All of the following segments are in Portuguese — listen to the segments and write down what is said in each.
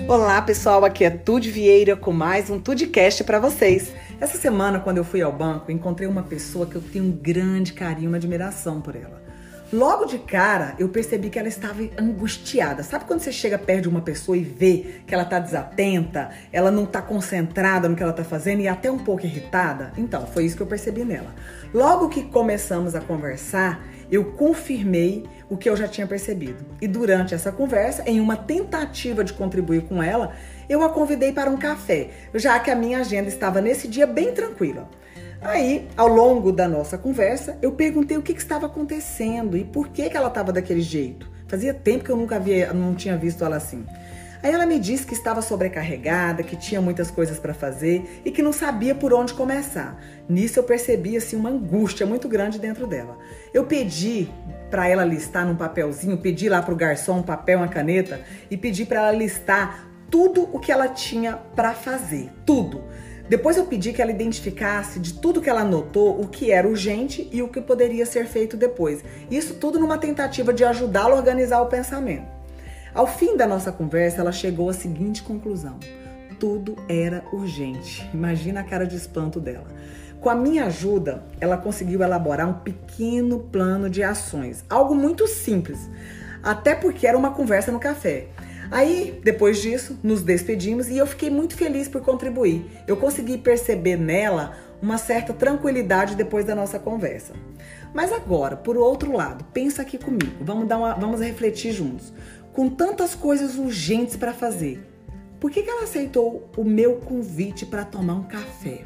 Olá pessoal, aqui é Tude Vieira com mais um Tudecast para vocês. Essa semana, quando eu fui ao banco, encontrei uma pessoa que eu tenho um grande carinho, uma admiração por ela. Logo de cara, eu percebi que ela estava angustiada. Sabe quando você chega perto de uma pessoa e vê que ela está desatenta, ela não está concentrada no que ela está fazendo e até um pouco irritada? Então, foi isso que eu percebi nela. Logo que começamos a conversar, eu confirmei o que eu já tinha percebido. E durante essa conversa, em uma tentativa de contribuir com ela, eu a convidei para um café, já que a minha agenda estava nesse dia bem tranquila. Aí, ao longo da nossa conversa, eu perguntei o que estava acontecendo e por que ela estava daquele jeito. Fazia tempo que eu não tinha visto ela assim. Aí ela me disse que estava sobrecarregada, que tinha muitas coisas para fazer e que não sabia por onde começar. Nisso eu percebi assim, uma angústia muito grande dentro dela. Eu pedi para ela listar num papelzinho, pedi lá para o garçom um papel, uma caneta e pedi para ela listar tudo o que ela tinha para fazer, tudo. Depois eu pedi que ela identificasse de tudo que ela anotou o que era urgente e o que poderia ser feito depois. Isso tudo numa tentativa de ajudá-la a organizar o pensamento. Ao fim da nossa conversa, ela chegou à seguinte conclusão: tudo era urgente. Imagina a cara de espanto dela. Com a minha ajuda, ela conseguiu elaborar um pequeno plano de ações, algo muito simples, até porque era uma conversa no café. Aí, depois disso, nos despedimos e eu fiquei muito feliz por contribuir. Eu consegui perceber nela uma certa tranquilidade depois da nossa conversa. Mas agora, por outro lado, pensa aqui comigo, vamos refletir juntos. Com tantas coisas urgentes para fazer, por que ela aceitou o meu convite para tomar um café?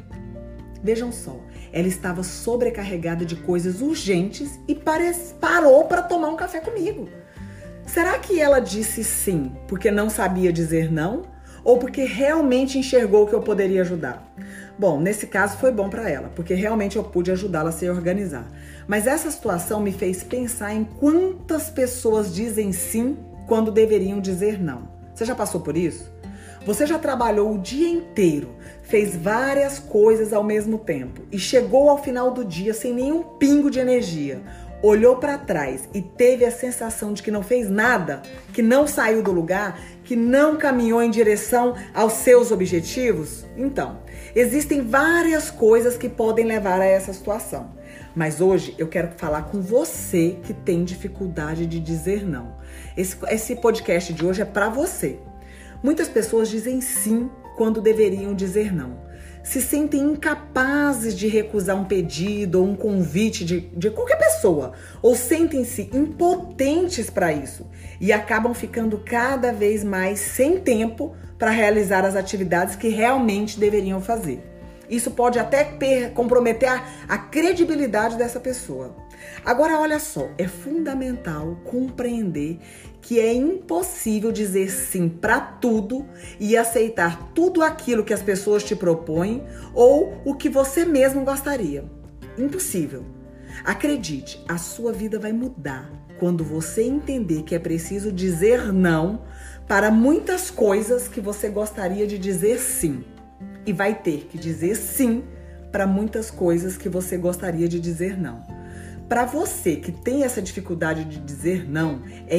Vejam só, ela estava sobrecarregada de coisas urgentes e parou para tomar um café comigo. Será que ela disse sim porque não sabia dizer não? Ou porque realmente enxergou que eu poderia ajudar? Bom, nesse caso foi bom para ela, porque realmente eu pude ajudá-la a se organizar. Mas essa situação me fez pensar em quantas pessoas dizem sim quando deveriam dizer não. Você já passou por isso? Você já trabalhou o dia inteiro, fez várias coisas ao mesmo tempo e chegou ao final do dia sem nenhum pingo de energia, olhou para trás e teve a sensação de que não fez nada, que não saiu do lugar, que não caminhou em direção aos seus objetivos? Então, existem várias coisas que podem levar a essa situação. Mas hoje eu quero falar com você que tem dificuldade de dizer não. Esse podcast de hoje é para você. Muitas pessoas dizem sim quando deveriam dizer não. Se sentem incapazes de recusar um pedido ou um convite de qualquer pessoa, ou sentem-se impotentes para isso e acabam ficando cada vez mais sem tempo para realizar as atividades que realmente deveriam fazer. Isso pode até comprometer a credibilidade dessa pessoa. Agora, olha só, é fundamental compreender que é impossível dizer sim para tudo e aceitar tudo aquilo que as pessoas te propõem ou o que você mesmo gostaria. Impossível. Acredite, a sua vida vai mudar quando você entender que é preciso dizer não para muitas coisas que você gostaria de dizer sim. E vai ter que dizer sim para muitas coisas que você gostaria de dizer não. Para você que tem essa dificuldade de dizer não, é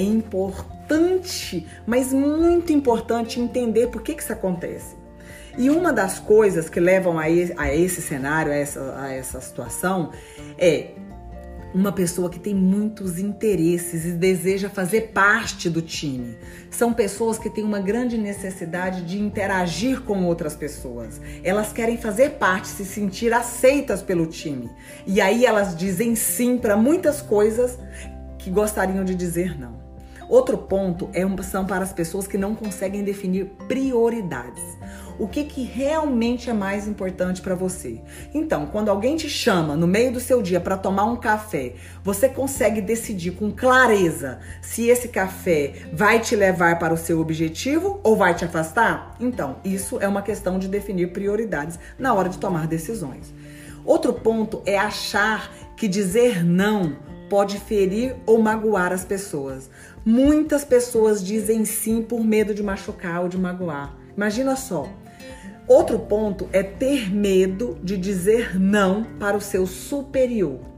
importante, mas muito importante entender por que isso acontece. E uma das coisas que levam a esse cenário, a essa situação, é uma pessoa que tem muitos interesses e deseja fazer parte do time. São pessoas que têm uma grande necessidade de interagir com outras pessoas. Elas querem fazer parte, se sentir aceitas pelo time. E aí elas dizem sim para muitas coisas que gostariam de dizer não. Outro ponto são para as pessoas que não conseguem definir prioridades. O que realmente é mais importante para você? Então, quando alguém te chama no meio do seu dia para tomar um café, você consegue decidir com clareza se esse café vai te levar para o seu objetivo ou vai te afastar? Então, isso é uma questão de definir prioridades na hora de tomar decisões. Outro ponto é achar que dizer não pode ferir ou magoar as pessoas. Muitas pessoas dizem sim por medo de machucar ou de magoar. Imagina só. Outro ponto é ter medo de dizer não para o seu superior.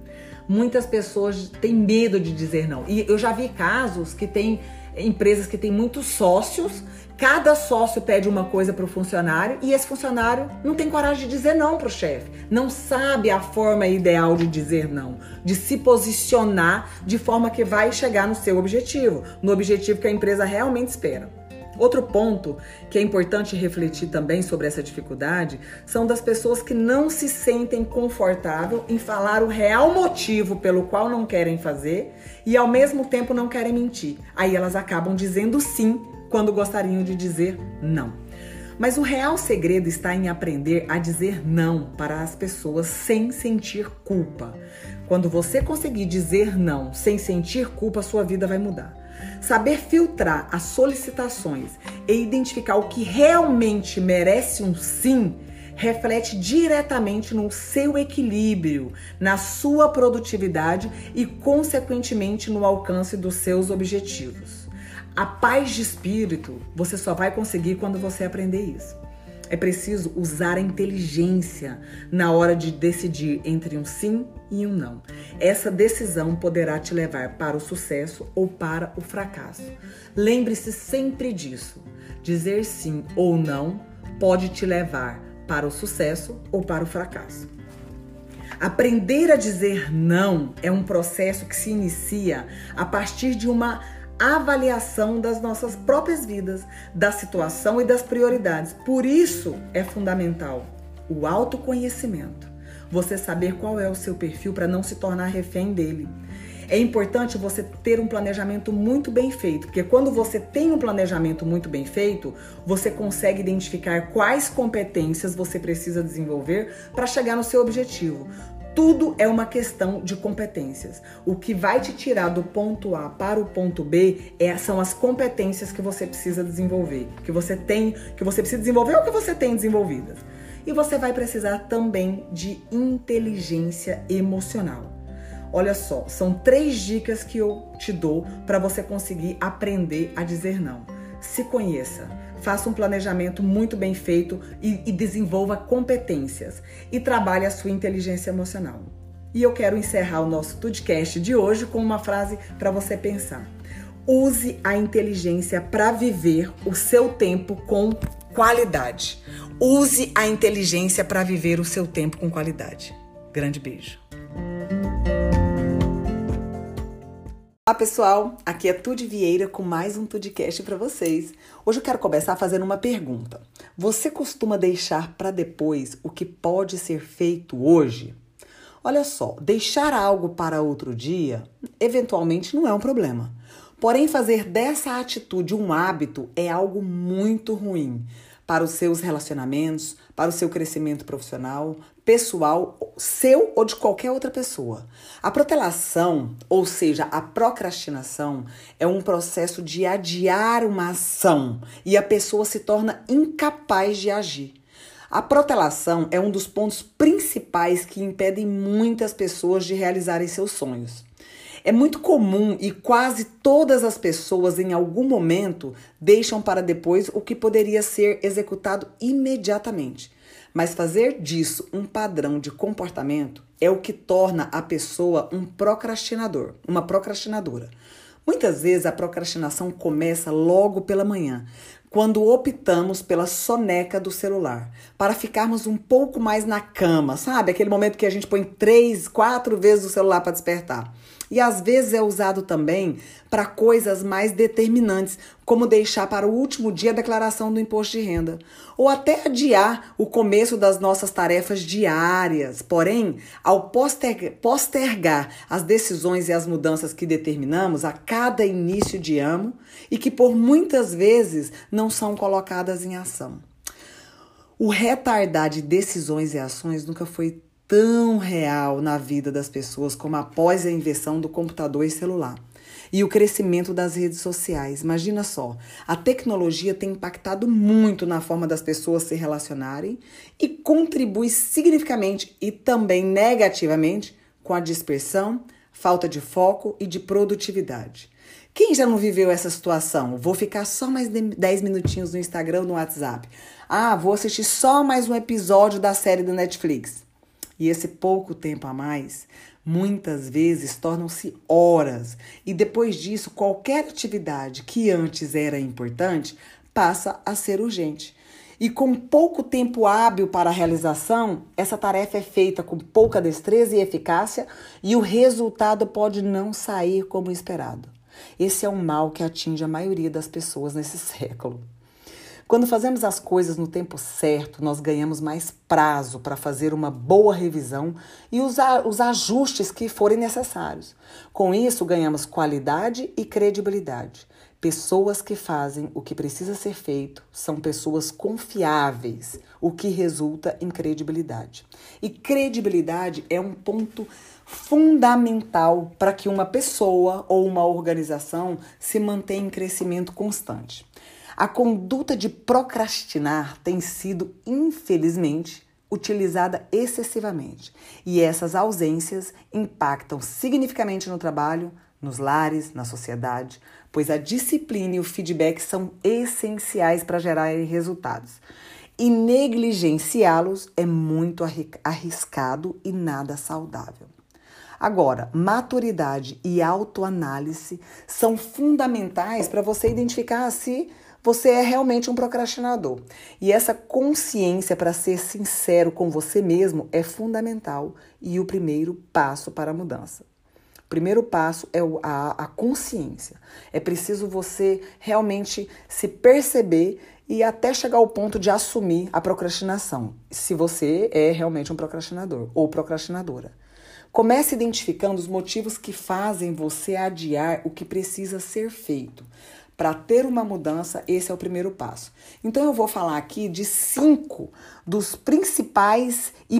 Muitas pessoas têm medo de dizer não. E eu já vi casos que tem empresas que têm muitos sócios, cada sócio pede uma coisa para o funcionário e esse funcionário não tem coragem de dizer não para o chefe. Não sabe a forma ideal de dizer não, de se posicionar de forma que vai chegar no seu objetivo, no objetivo que a empresa realmente espera. Outro ponto que é importante refletir também sobre essa dificuldade são das pessoas que não se sentem confortáveis em falar o real motivo pelo qual não querem fazer e ao mesmo tempo não querem mentir. Aí elas acabam dizendo sim quando gostariam de dizer não. Mas o real segredo está em aprender a dizer não para as pessoas sem sentir culpa. Quando você conseguir dizer não sem sentir culpa, sua vida vai mudar. Saber filtrar as solicitações e identificar o que realmente merece um sim reflete diretamente no seu equilíbrio, na sua produtividade e, consequentemente, no alcance dos seus objetivos. A paz de espírito você só vai conseguir quando você aprender isso. É preciso usar a inteligência na hora de decidir entre um sim e um não. Essa decisão poderá te levar para o sucesso ou para o fracasso. Lembre-se sempre disso. Dizer sim ou não pode te levar para o sucesso ou para o fracasso. Aprender a dizer não é um processo que se inicia a partir de uma avaliação das nossas próprias vidas, da situação e das prioridades. Por isso é fundamental o autoconhecimento. Você saber qual é o seu perfil para não se tornar refém dele. É importante você ter um planejamento muito bem feito, porque quando você tem um planejamento muito bem feito, você consegue identificar quais competências você precisa desenvolver para chegar no seu objetivo. Tudo é uma questão de competências. O que vai te tirar do ponto A para o ponto B são as competências que você precisa desenvolver, que você precisa desenvolver ou que você tem desenvolvidas. E você vai precisar também de inteligência emocional. Olha só, são 3 dicas que eu te dou para você conseguir aprender a dizer não. Se conheça. Faça um planejamento muito bem feito e desenvolva competências. E trabalhe a sua inteligência emocional. E eu quero encerrar o nosso podcast de hoje com uma frase para você pensar. Use a inteligência para viver o seu tempo com qualidade. Use a inteligência para viver o seu tempo com qualidade. Grande beijo. Olá pessoal, aqui é Tude Vieira com mais um Tudecast para vocês. Hoje eu quero começar fazendo uma pergunta. Você costuma deixar para depois o que pode ser feito hoje? Olha só, deixar algo para outro dia eventualmente não é um problema. Porém, fazer dessa atitude um hábito é algo muito ruim para os seus relacionamentos, para o seu crescimento profissional, pessoal, seu ou de qualquer outra pessoa. A protelação, ou seja, a procrastinação, é um processo de adiar uma ação e a pessoa se torna incapaz de agir. A protelação é um dos pontos principais que impedem muitas pessoas de realizarem seus sonhos. É muito comum e quase todas as pessoas em algum momento deixam para depois o que poderia ser executado imediatamente. Mas fazer disso um padrão de comportamento é o que torna a pessoa um procrastinador, uma procrastinadora. Muitas vezes a procrastinação começa logo pela manhã, quando optamos pela soneca do celular, para ficarmos um pouco mais na cama, sabe? Aquele momento que a gente põe 3, 4 vezes o celular para despertar. E às vezes é usado também para coisas mais determinantes, como deixar para o último dia a declaração do imposto de renda, ou até adiar o começo das nossas tarefas diárias. Porém, ao postergar as decisões e as mudanças que determinamos a cada início de ano e que por muitas vezes não são colocadas em ação. O retardar de decisões e ações nunca foi tão real na vida das pessoas como após a invenção do computador e celular e o crescimento das redes sociais. Imagina só, a tecnologia tem impactado muito na forma das pessoas se relacionarem e contribui significativamente e também negativamente com a dispersão, falta de foco e de produtividade. Quem já não viveu essa situação? Vou ficar só mais 10 minutinhos no Instagram ou no WhatsApp. Vou assistir só mais um episódio da série da Netflix. E esse pouco tempo a mais Muitas vezes tornam-se horas e depois disso qualquer atividade que antes era importante passa a ser urgente. E com pouco tempo hábil para a realização, essa tarefa é feita com pouca destreza e eficácia e o resultado pode não sair como esperado. Esse é um mal que atinge a maioria das pessoas nesse século. Quando fazemos as coisas no tempo certo, nós ganhamos mais prazo para fazer uma boa revisão e usar os ajustes que forem necessários. Com isso, ganhamos qualidade e credibilidade. Pessoas que fazem o que precisa ser feito são pessoas confiáveis, o que resulta em credibilidade. E credibilidade é um ponto fundamental para que uma pessoa ou uma organização se mantenha em crescimento constante. A conduta de procrastinar tem sido, infelizmente, utilizada excessivamente. E essas ausências impactam significativamente no trabalho, nos lares, na sociedade, pois a disciplina e o feedback são essenciais para gerar resultados. E negligenciá-los é muito arriscado e nada saudável. Agora, maturidade e autoanálise são fundamentais para você identificar se você é realmente um procrastinador. E essa consciência para ser sincero com você mesmo é fundamental e o primeiro passo para a mudança. O primeiro passo é a consciência. É preciso você realmente se perceber e até chegar ao ponto de assumir a procrastinação, se você é realmente um procrastinador ou procrastinadora. Comece identificando os motivos que fazem você adiar o que precisa ser feito. Para ter uma mudança, esse é o primeiro passo. Então, eu vou falar aqui de 5 das principais e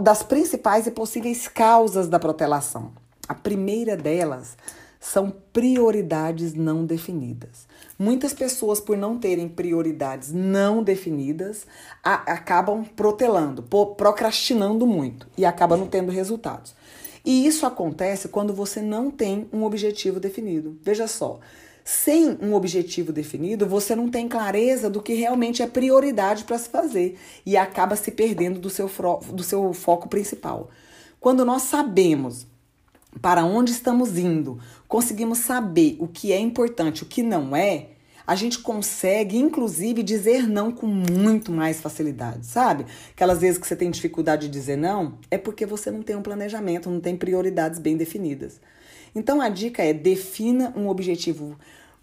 possíveis causas da protelação. A primeira delas são prioridades não definidas. Muitas pessoas, por não terem prioridades não definidas, acabam protelando, procrastinando muito e acabam não tendo resultados. E isso acontece quando você não tem um objetivo definido. Veja só, sem um objetivo definido, você não tem clareza do que realmente é prioridade para se fazer e acaba se perdendo do seu foco principal. Quando nós sabemos para onde estamos indo, conseguimos saber o que é importante, o que não é, a gente consegue, inclusive, dizer não com muito mais facilidade, sabe? Aquelas vezes que você tem dificuldade de dizer não, é porque você não tem um planejamento, não tem prioridades bem definidas. Então, a dica é defina um objetivo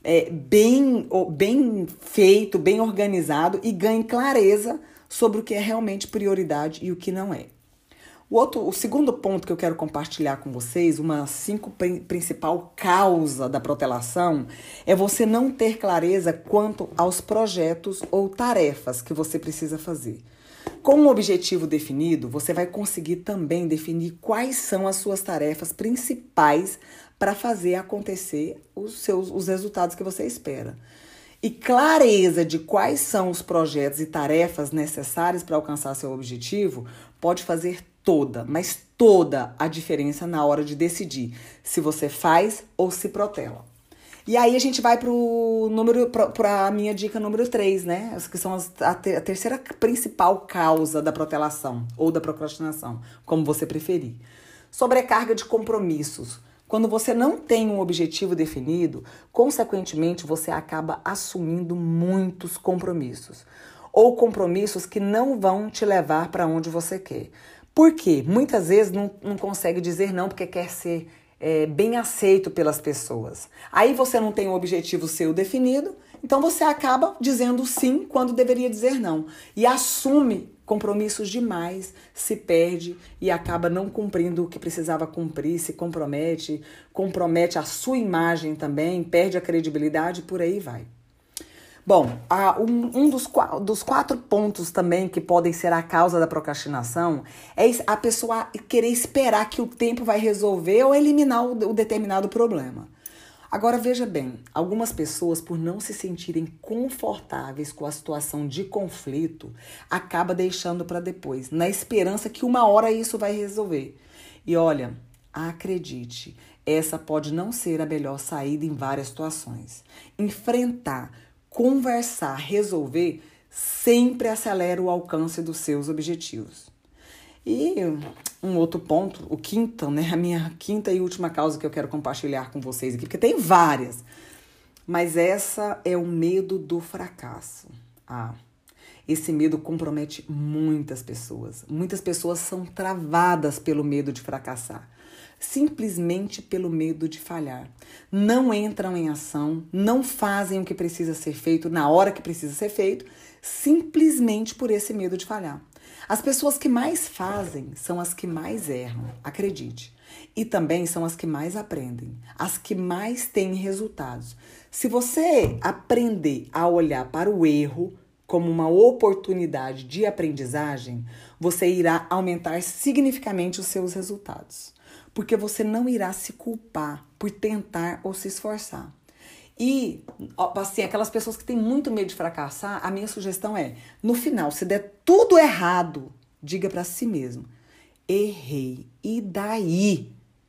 bem feito, bem organizado e ganhe clareza sobre o que é realmente prioridade e o que não é. O segundo ponto que eu quero compartilhar com vocês, uma principal causa da protelação, é você não ter clareza quanto aos projetos ou tarefas que você precisa fazer. Com um objetivo definido, você vai conseguir também definir quais são as suas tarefas principais para fazer acontecer os resultados que você espera. E clareza de quais são os projetos e tarefas necessários para alcançar seu objetivo pode fazer mas toda a diferença na hora de decidir se você faz ou se protela. E aí a gente vai para a minha dica número 3, né? Que são a terceira principal causa da protelação ou da procrastinação, como você preferir. Sobrecarga de compromissos. Quando você não tem um objetivo definido, consequentemente você acaba assumindo muitos compromissos. Ou compromissos que não vão te levar para onde você quer. Por quê? Muitas vezes não consegue dizer não porque quer ser bem aceito pelas pessoas. Aí você não tem um objetivo seu definido, então você acaba dizendo sim quando deveria dizer não. E assume compromissos demais, se perde e acaba não cumprindo o que precisava cumprir, se compromete a sua imagem também, perde a credibilidade e por aí vai. Bom, um dos 4 pontos também que podem ser a causa da procrastinação é a pessoa querer esperar que o tempo vai resolver ou eliminar o determinado problema. Agora veja bem, algumas pessoas, por não se sentirem confortáveis com a situação de conflito, acabam deixando para depois, na esperança que uma hora isso vai resolver. E olha, acredite, essa pode não ser a melhor saída em várias situações. Enfrentar, conversar, resolver, sempre acelera o alcance dos seus objetivos. E um outro ponto, o quinto, né? A minha quinta e última causa que eu quero compartilhar com vocês aqui, porque tem várias. Mas essa é o medo do fracasso. Esse medo compromete muitas pessoas. Muitas pessoas são travadas pelo medo de fracassar. Simplesmente pelo medo de falhar. Não entram em ação, não fazem o que precisa ser feito na hora que precisa ser feito, simplesmente por esse medo de falhar. As pessoas que mais fazem são as que mais erram, acredite. E também são as que mais aprendem, as que mais têm resultados. Se você aprender a olhar para o erro como uma oportunidade de aprendizagem, você irá aumentar significativamente os seus resultados. Porque você não irá se culpar por tentar ou se esforçar. E, assim, aquelas pessoas que têm muito medo de fracassar, a minha sugestão é, no final, se der tudo errado, diga para si mesmo, errei, e daí?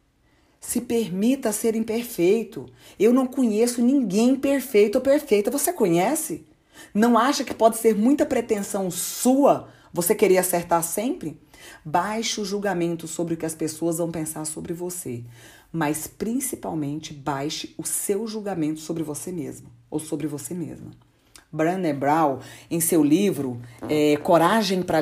Se permita ser imperfeito. Eu não conheço ninguém perfeito ou perfeita. Você conhece? Não acha que pode ser muita pretensão sua você querer acertar sempre? Baixe o julgamento sobre o que as pessoas vão pensar sobre você, mas principalmente baixe o seu julgamento sobre você mesmo ou sobre você mesma. Brené Brown, em seu livro Coragem para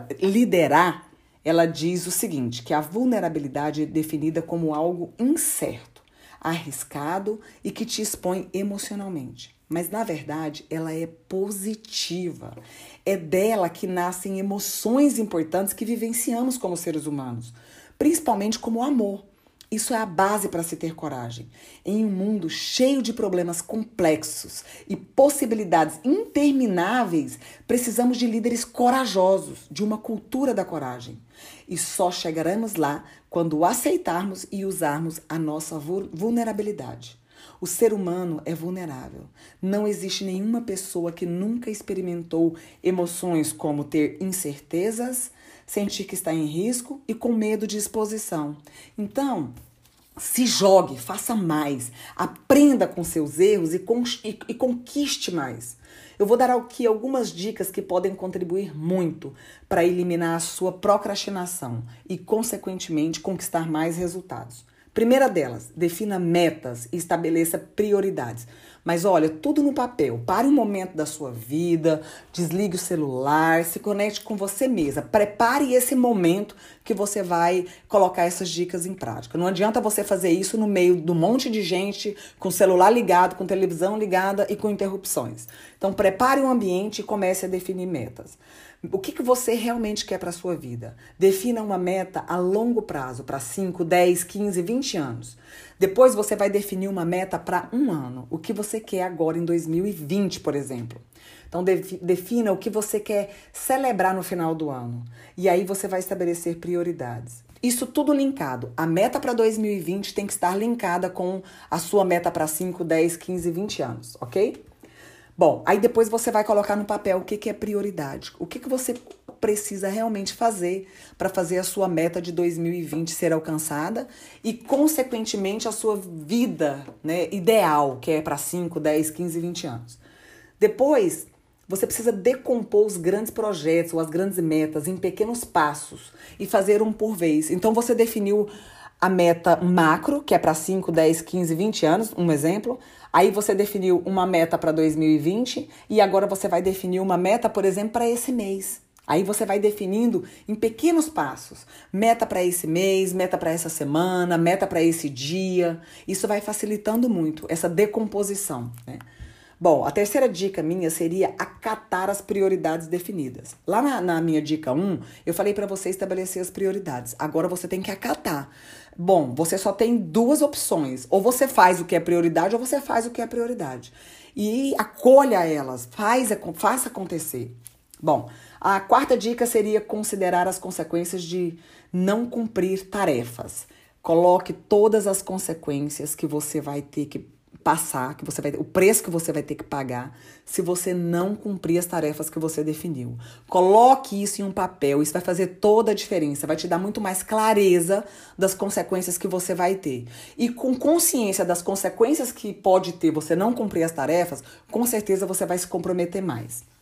Liderar, ela diz o seguinte, que a vulnerabilidade é definida como algo incerto, arriscado e que te expõe emocionalmente. Mas, na verdade, ela é positiva. É dela que nascem emoções importantes que vivenciamos como seres humanos, principalmente como o amor. Isso é a base para se ter coragem. Em um mundo cheio de problemas complexos e possibilidades intermináveis, precisamos de líderes corajosos, de uma cultura da coragem. E só chegaremos lá quando aceitarmos e usarmos a nossa vulnerabilidade. O ser humano é vulnerável. Não existe nenhuma pessoa que nunca experimentou emoções como ter incertezas, sentir que está em risco e com medo de exposição. Então, se jogue, faça mais, aprenda com seus erros e conquiste mais. Eu vou dar aqui algumas dicas que podem contribuir muito para eliminar a sua procrastinação e, consequentemente, conquistar mais resultados. Primeira delas, defina metas e estabeleça prioridades. Mas olha, tudo no papel. Pare um momento da sua vida, desligue o celular, se conecte com você mesma. Prepare esse momento que você vai colocar essas dicas em prática. Não adianta você fazer isso no meio de um monte de gente, com o celular ligado, com televisão ligada e com interrupções. Então, prepare um ambiente e comece a definir metas. O que você realmente quer para a sua vida? Defina uma meta a longo prazo, para 5, 10, 15, 20 anos. Depois você vai definir uma meta para um ano. O que você quer agora em 2020, por exemplo. Então, defina o que você quer celebrar no final do ano. E aí você vai estabelecer prioridades. Isso tudo linkado. A meta para 2020 tem que estar linkada com a sua meta para 5, 10, 15, 20 anos, ok? Bom, aí depois você vai colocar no papel o que é prioridade. O que você precisa realmente fazer para fazer a sua meta de 2020 ser alcançada e, consequentemente, a sua vida, né, ideal, que é para 5, 10, 15, 20 anos. Depois, você precisa decompor os grandes projetos ou as grandes metas em pequenos passos e fazer um por vez. Então, você definiu a meta macro, que é para 5, 10, 15, 20 anos, um exemplo. Aí você definiu uma meta para 2020 e agora você vai definir uma meta, por exemplo, para esse mês. Aí você vai definindo em pequenos passos. Meta para esse mês, meta para essa semana, meta para esse dia. Isso vai facilitando muito essa decomposição, né? Bom, a terceira dica minha seria acatar as prioridades definidas. Lá na minha dica 1, eu falei para você estabelecer as prioridades. Agora você tem que acatar. Bom, você só tem duas opções. Ou você faz o que é prioridade, ou você faz o que é prioridade. E acolha elas, faça acontecer. Bom, a quarta dica seria considerar as consequências de não cumprir tarefas. Coloque todas as consequências que você vai ter que passar, o preço que você vai ter que pagar se você não cumprir as tarefas que você definiu. Coloque isso em um papel, isso vai fazer toda a diferença, vai te dar muito mais clareza das consequências que você vai ter. E com consciência das consequências que pode ter você não cumprir as tarefas, com certeza você vai se comprometer mais.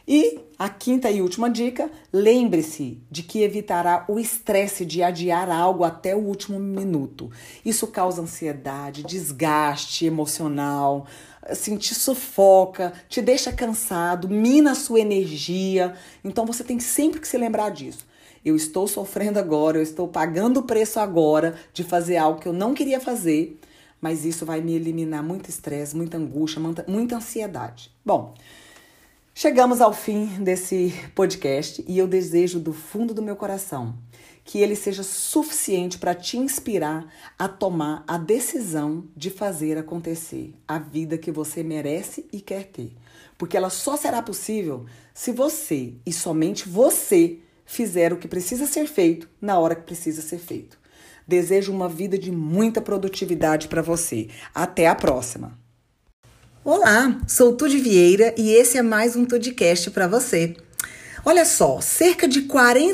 E a quinta e última dica, lembre-se de que evitará o estresse de adiar algo até o último minuto. Isso causa ansiedade, desgaste emocional, assim, te sufoca, te deixa cansado, mina a sua energia. Então você tem sempre que se lembrar disso. Eu estou sofrendo agora, eu estou pagando o preço agora de fazer algo que eu não queria fazer, mas isso vai me eliminar muito estresse, muita angústia, muita ansiedade. Bom, chegamos ao fim desse podcast e eu desejo do fundo do meu coração que ele seja suficiente para te inspirar a tomar a decisão de fazer acontecer a vida que você merece e quer ter. Porque ela só será possível se você e somente você fizer o que precisa ser feito na hora que precisa ser feito. Desejo uma vida de muita produtividade para você. Até a próxima! Olá, sou Tude Vieira e esse é mais um Tudecast para você. Olha só, cerca de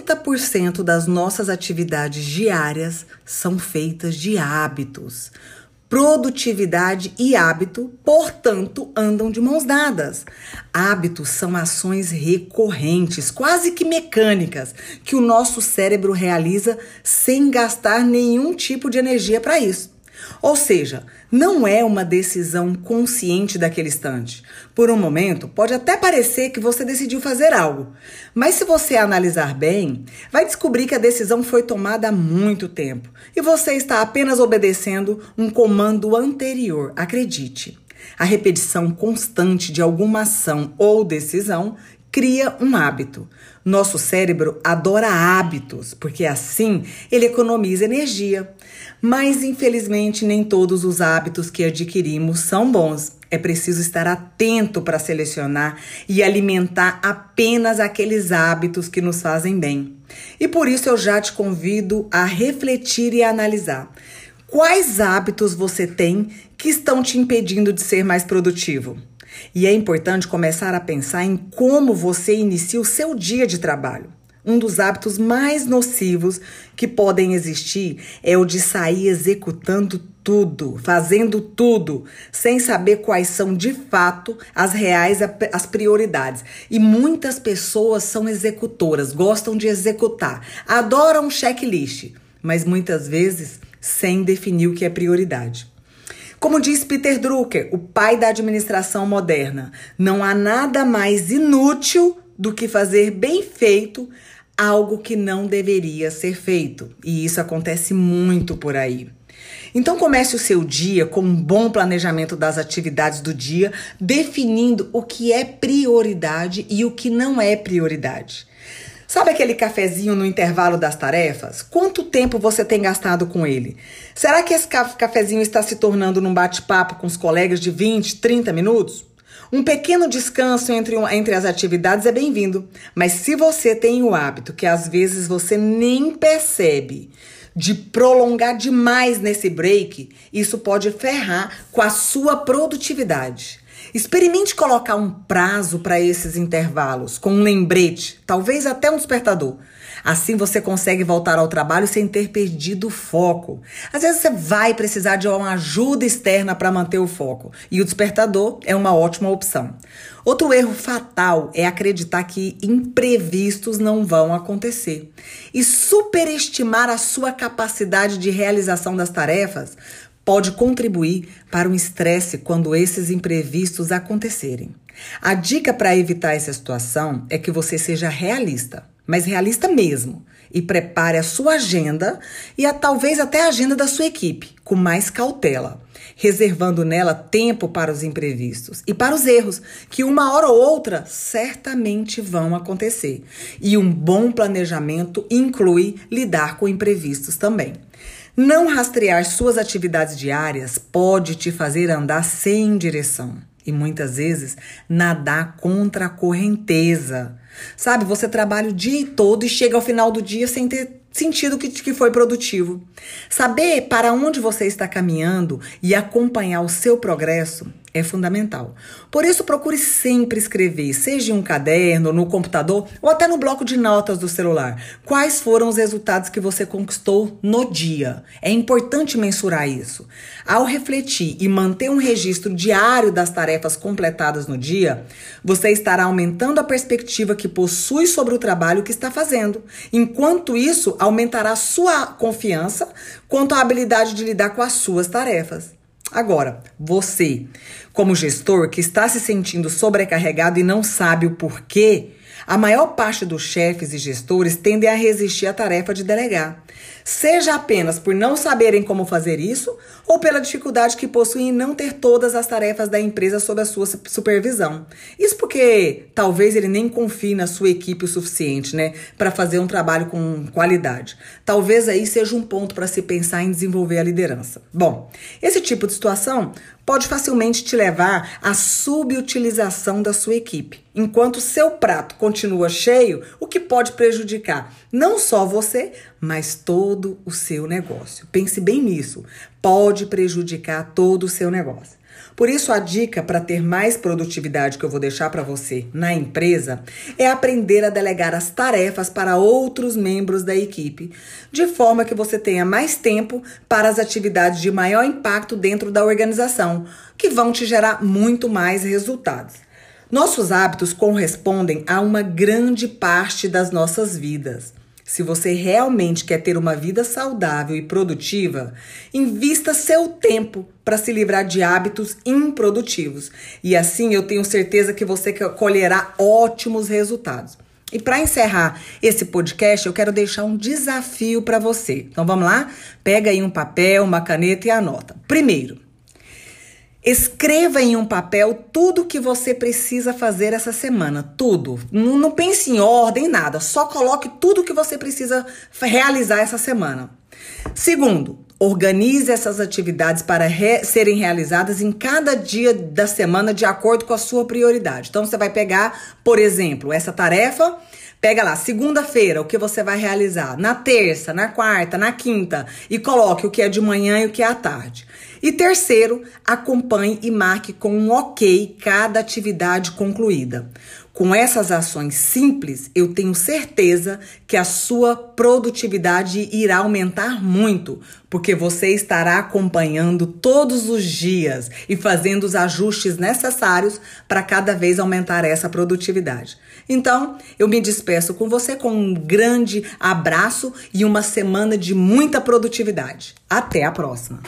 40% das nossas atividades diárias são feitas de hábitos. Produtividade e hábito, portanto, andam de mãos dadas. Hábitos são ações recorrentes, quase que mecânicas, que o nosso cérebro realiza sem gastar nenhum tipo de energia para isso. Ou seja, não é uma decisão consciente daquele instante. Por um momento, pode até parecer que você decidiu fazer algo, mas se você analisar bem, vai descobrir que a decisão foi tomada há muito tempo e você está apenas obedecendo um comando anterior. Acredite, a repetição constante de alguma ação ou decisão cria um hábito. Nosso cérebro adora hábitos, porque assim ele economiza energia. Mas, infelizmente, nem todos os hábitos que adquirimos são bons. É preciso estar atento para selecionar e alimentar apenas aqueles hábitos que nos fazem bem. E por isso eu já te convido a refletir e analisar. Quais hábitos você tem que estão te impedindo de ser mais produtivo? E é importante começar a pensar em como você inicia o seu dia de trabalho. Um dos hábitos mais nocivos que podem existir é o de sair executando tudo, fazendo tudo, sem saber quais são de fato as prioridades. E muitas pessoas são executoras, gostam de executar, adoram um checklist, mas muitas vezes sem definir o que é prioridade. Como diz Peter Drucker, o pai da administração moderna, não há nada mais inútil do que fazer bem feito algo que não deveria ser feito. E isso acontece muito por aí. Então comece o seu dia com um bom planejamento das atividades do dia, definindo o que é prioridade e o que não é prioridade. Sabe aquele cafezinho no intervalo das tarefas? Quanto tempo você tem gastado com ele? Será que esse cafezinho está se tornando num bate-papo com os colegas de 20, 30 minutos? Um pequeno descanso entre as atividades é bem-vindo, mas se você tem o hábito que às vezes você nem percebe de prolongar demais nesse break, isso pode ferrar com a sua produtividade. Experimente colocar um prazo para esses intervalos, com um lembrete, talvez até um despertador. Assim você consegue voltar ao trabalho sem ter perdido o foco. Às vezes você vai precisar de uma ajuda externa para manter o foco, e o despertador é uma ótima opção. Outro erro fatal é acreditar que imprevistos não vão acontecer e superestimar a sua capacidade de realização das tarefas pode contribuir para um estresse quando esses imprevistos acontecerem. A dica para evitar essa situação é que você seja realista, mas realista mesmo, e prepare a sua agenda e talvez até a agenda da sua equipe, com mais cautela, reservando nela tempo para os imprevistos e para os erros, que uma hora ou outra certamente vão acontecer. E um bom planejamento inclui lidar com imprevistos também. Não rastrear suas atividades diárias pode te fazer andar sem direção e muitas vezes nadar contra a correnteza. Sabe, você trabalha o dia todo e chega ao final do dia sem ter sentido que foi produtivo. Saber para onde você está caminhando e acompanhar o seu progresso é fundamental. Por isso, procure sempre escrever, seja em um caderno, no computador ou até no bloco de notas do celular, quais foram os resultados que você conquistou no dia. É importante mensurar isso. Ao refletir e manter um registro diário das tarefas completadas no dia, você estará aumentando a perspectiva que possui sobre o trabalho que está fazendo. Enquanto isso, aumentará sua confiança quanto à habilidade de lidar com as suas tarefas. Agora, você, como gestor que está se sentindo sobrecarregado e não sabe o porquê, a maior parte dos chefes e gestores tendem a resistir à tarefa de delegar. Seja apenas por não saberem como fazer isso ou pela dificuldade que possuem em não ter todas as tarefas da empresa sob a sua supervisão. Isso porque talvez ele nem confie na sua equipe o suficiente, para fazer um trabalho com qualidade. Talvez aí seja um ponto para se pensar em desenvolver a liderança. Bom, esse tipo de situação pode facilmente te levar à subutilização da sua equipe, enquanto seu prato continua cheio, o que pode prejudicar não só você, mas todo o seu negócio. Pense bem nisso, pode prejudicar todo o seu negócio. Por isso, a dica para ter mais produtividade que eu vou deixar para você na empresa é aprender a delegar as tarefas para outros membros da equipe, de forma que você tenha mais tempo para as atividades de maior impacto dentro da organização, que vão te gerar muito mais resultados. Nossos hábitos correspondem a uma grande parte das nossas vidas. Se você realmente quer ter uma vida saudável e produtiva, invista seu tempo para se livrar de hábitos improdutivos. E assim eu tenho certeza que você colherá ótimos resultados. E para encerrar esse podcast, eu quero deixar um desafio para você. Então vamos lá? Pega aí um papel, uma caneta e anota. Primeiro, escreva em um papel tudo o que você precisa fazer essa semana, tudo. Não pense em ordem, nada. Só coloque tudo o que você precisa realizar essa semana. Segundo, organize essas atividades para serem realizadas em cada dia da semana de acordo com a sua prioridade. Então, você vai pegar, por exemplo, essa tarefa. Pega lá, segunda-feira, o que você vai realizar, na terça, na quarta, na quinta, e coloque o que é de manhã e o que é à tarde. E terceiro, acompanhe e marque com um ok cada atividade concluída. Com essas ações simples, eu tenho certeza que a sua produtividade irá aumentar muito, porque você estará acompanhando todos os dias e fazendo os ajustes necessários para cada vez aumentar essa produtividade. Então, eu me despeço com você com um grande abraço e uma semana de muita produtividade. Até a próxima!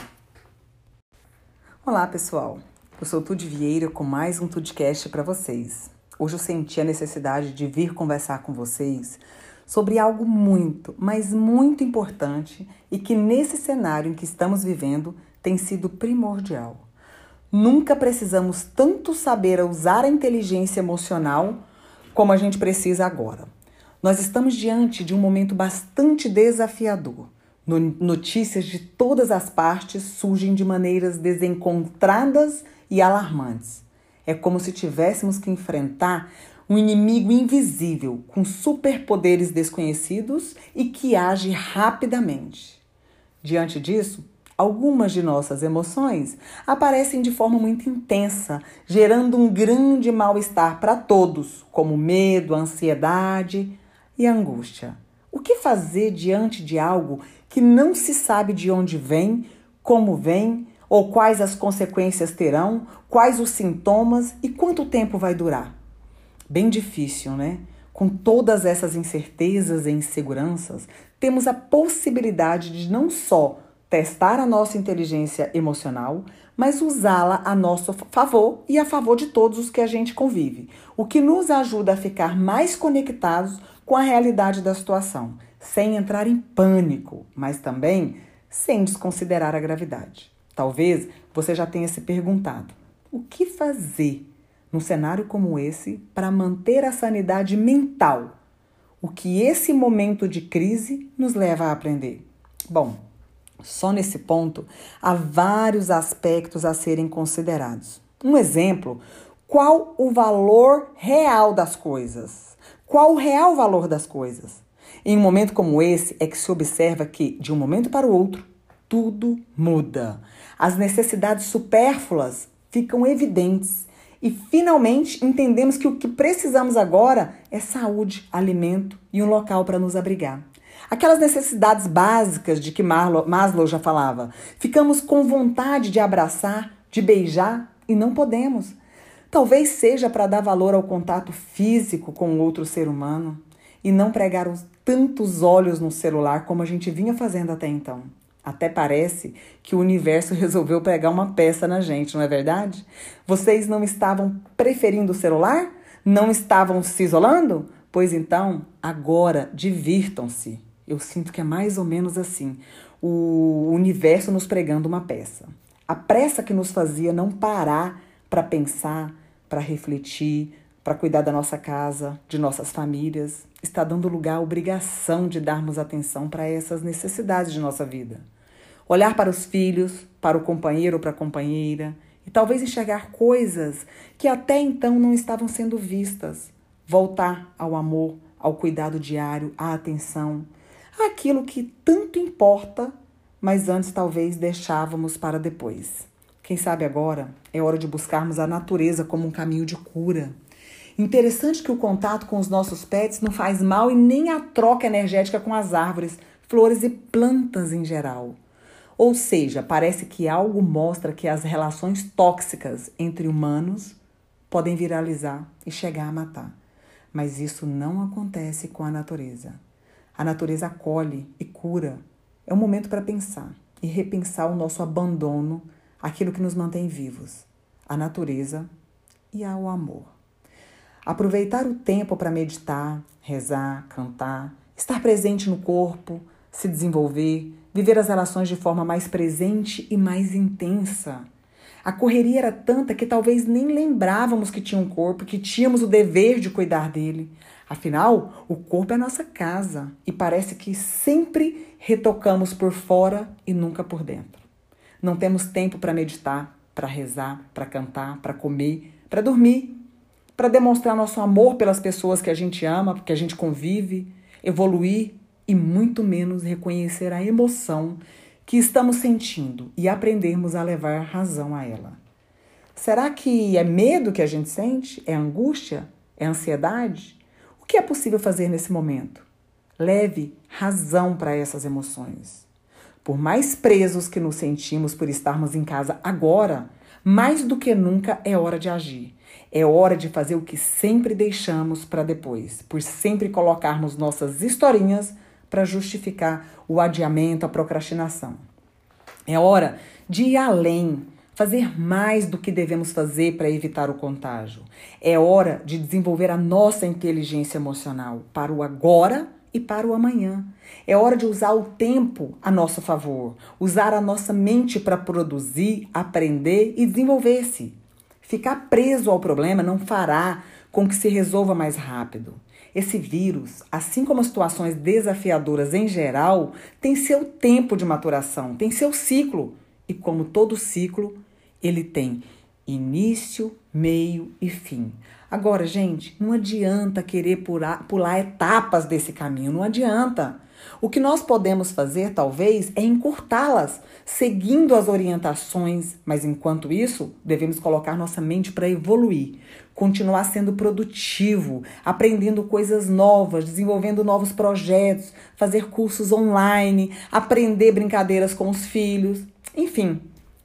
Olá, pessoal! Eu sou Tude Vieira com mais um Tudecast para vocês. Hoje eu senti a necessidade de vir conversar com vocês sobre algo muito, mas muito importante e que nesse cenário em que estamos vivendo tem sido primordial. Nunca precisamos tanto saber usar a inteligência emocional como a gente precisa agora. Nós estamos diante de um momento bastante desafiador. Notícias de todas as partes surgem de maneiras desencontradas e alarmantes. É como se tivéssemos que enfrentar um inimigo invisível, com superpoderes desconhecidos e que age rapidamente. Diante disso, algumas de nossas emoções aparecem de forma muito intensa, gerando um grande mal-estar para todos, como medo, ansiedade e angústia. O que fazer diante de algo que não se sabe de onde vem, como vem, ou quais as consequências terão, quais os sintomas e quanto tempo vai durar? Bem difícil, né? Com todas essas incertezas e inseguranças, temos a possibilidade de não só testar a nossa inteligência emocional, mas usá-la a nosso favor e a favor de todos os que a gente convive, o que nos ajuda a ficar mais conectados com a realidade da situação, sem entrar em pânico, mas também sem desconsiderar a gravidade. Talvez você já tenha se perguntado, o que fazer num cenário como esse para manter a sanidade mental? O que esse momento de crise nos leva a aprender? Bom, só nesse ponto há vários aspectos a serem considerados. Um exemplo, qual o valor real das coisas? Qual o real valor das coisas? Em um momento como esse é que se observa que, de um momento para o outro, tudo muda. As necessidades supérfluas ficam evidentes. E finalmente entendemos que o que precisamos agora é saúde, alimento e um local para nos abrigar. Aquelas necessidades básicas de que Maslow já falava. Ficamos com vontade de abraçar, de beijar e não podemos. Talvez seja para dar valor ao contato físico com outro ser humano e não pregar tantos olhos no celular como a gente vinha fazendo até então. Até parece que o universo resolveu pregar uma peça na gente, não é verdade? Vocês não estavam preferindo o celular? Não estavam se isolando? Pois então, agora, divirtam-se. Eu sinto que é mais ou menos assim, o universo nos pregando uma peça. A pressa que nos fazia não parar para pensar, para refletir, para cuidar da nossa casa, de nossas famílias, está dando lugar à obrigação de darmos atenção para essas necessidades de nossa vida. Olhar para os filhos, para o companheiro ou para a companheira e talvez enxergar coisas que até então não estavam sendo vistas. Voltar ao amor, ao cuidado diário, à atenção, àquilo que tanto importa, mas antes talvez deixávamos para depois. Quem sabe agora é hora de buscarmos a natureza como um caminho de cura. Interessante que o contato com os nossos pets não faz mal e nem a troca energética com as árvores, flores e plantas em geral. Ou seja, parece que algo mostra que as relações tóxicas entre humanos podem viralizar e chegar a matar. Mas isso não acontece com a natureza. A natureza acolhe e cura. É um momento para pensar e repensar o nosso abandono, aquilo que nos mantém vivos, a natureza e ao amor. Aproveitar o tempo para meditar, rezar, cantar, estar presente no corpo, se desenvolver, viver as relações de forma mais presente e mais intensa. A correria era tanta que talvez nem lembrávamos que tinha um corpo, que tínhamos o dever de cuidar dele. Afinal, o corpo é a nossa casa e parece que sempre retocamos por fora e nunca por dentro. Não temos tempo para meditar, para rezar, para cantar, para comer, para dormir, para demonstrar nosso amor pelas pessoas que a gente ama, que a gente convive, evoluir e muito menos reconhecer a emoção que estamos sentindo e aprendermos a levar razão a ela. Será que é medo que a gente sente? É angústia? É ansiedade? O que é possível fazer nesse momento? Leve razão para essas emoções. Por mais presos que nos sentimos por estarmos em casa agora, mais do que nunca é hora de agir. É hora de fazer o que sempre deixamos para depois, por sempre colocarmos nossas historinhas para justificar o adiamento, a procrastinação. É hora de ir além, fazer mais do que devemos fazer para evitar o contágio. É hora de desenvolver a nossa inteligência emocional para o agora e para o amanhã. É hora de usar o tempo a nosso favor, usar a nossa mente para produzir, aprender e desenvolver-se. Ficar preso ao problema não fará com que se resolva mais rápido. Esse vírus, assim como as situações desafiadoras em geral, tem seu tempo de maturação, tem seu ciclo. E como todo ciclo, ele tem início, meio e fim. Agora, gente, não adianta querer pular etapas desse caminho, não adianta. O que nós podemos fazer, talvez, é encurtá-las, seguindo as orientações, mas enquanto isso, devemos colocar nossa mente para evoluir, continuar sendo produtivo, aprendendo coisas novas, desenvolvendo novos projetos, fazer cursos online, aprender brincadeiras com os filhos, enfim,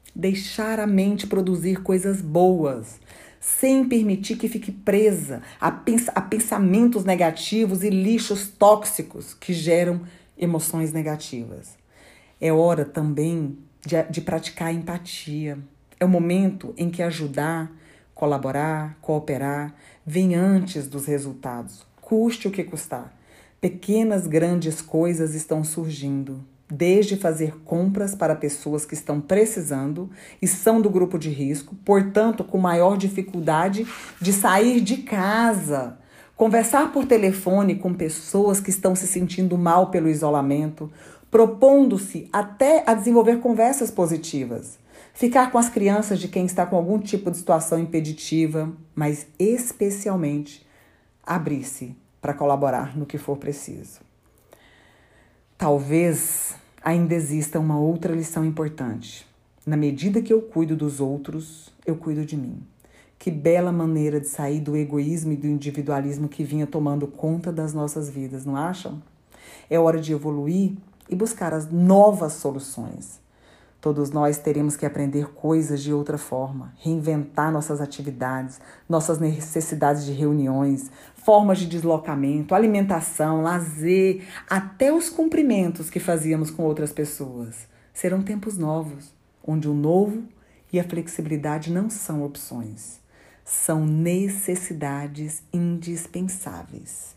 deixar a mente produzir coisas boas, sem permitir que fique presa a pensamentos negativos e lixos tóxicos que geram emoções negativas. É hora também de praticar a empatia. É o momento em que ajudar, colaborar, cooperar, vem antes dos resultados, custe o que custar. Pequenas, grandes coisas estão surgindo. Desde fazer compras para pessoas que estão precisando e são do grupo de risco, portanto, com maior dificuldade de sair de casa. Conversar por telefone com pessoas que estão se sentindo mal pelo isolamento, propondo-se até a desenvolver conversas positivas. Ficar com as crianças de quem está com algum tipo de situação impeditiva, mas especialmente abrir-se para colaborar no que for preciso. Talvez ainda exista uma outra lição importante. Na medida que eu cuido dos outros, eu cuido de mim. Que bela maneira de sair do egoísmo e do individualismo que vinha tomando conta das nossas vidas, não acham? É hora de evoluir e buscar as novas soluções. Todos nós teremos que aprender coisas de outra forma, reinventar nossas atividades, nossas necessidades de reuniões, formas de deslocamento, alimentação, lazer, até os cumprimentos que fazíamos com outras pessoas. Serão tempos novos, onde o novo e a flexibilidade não são opções, são necessidades indispensáveis.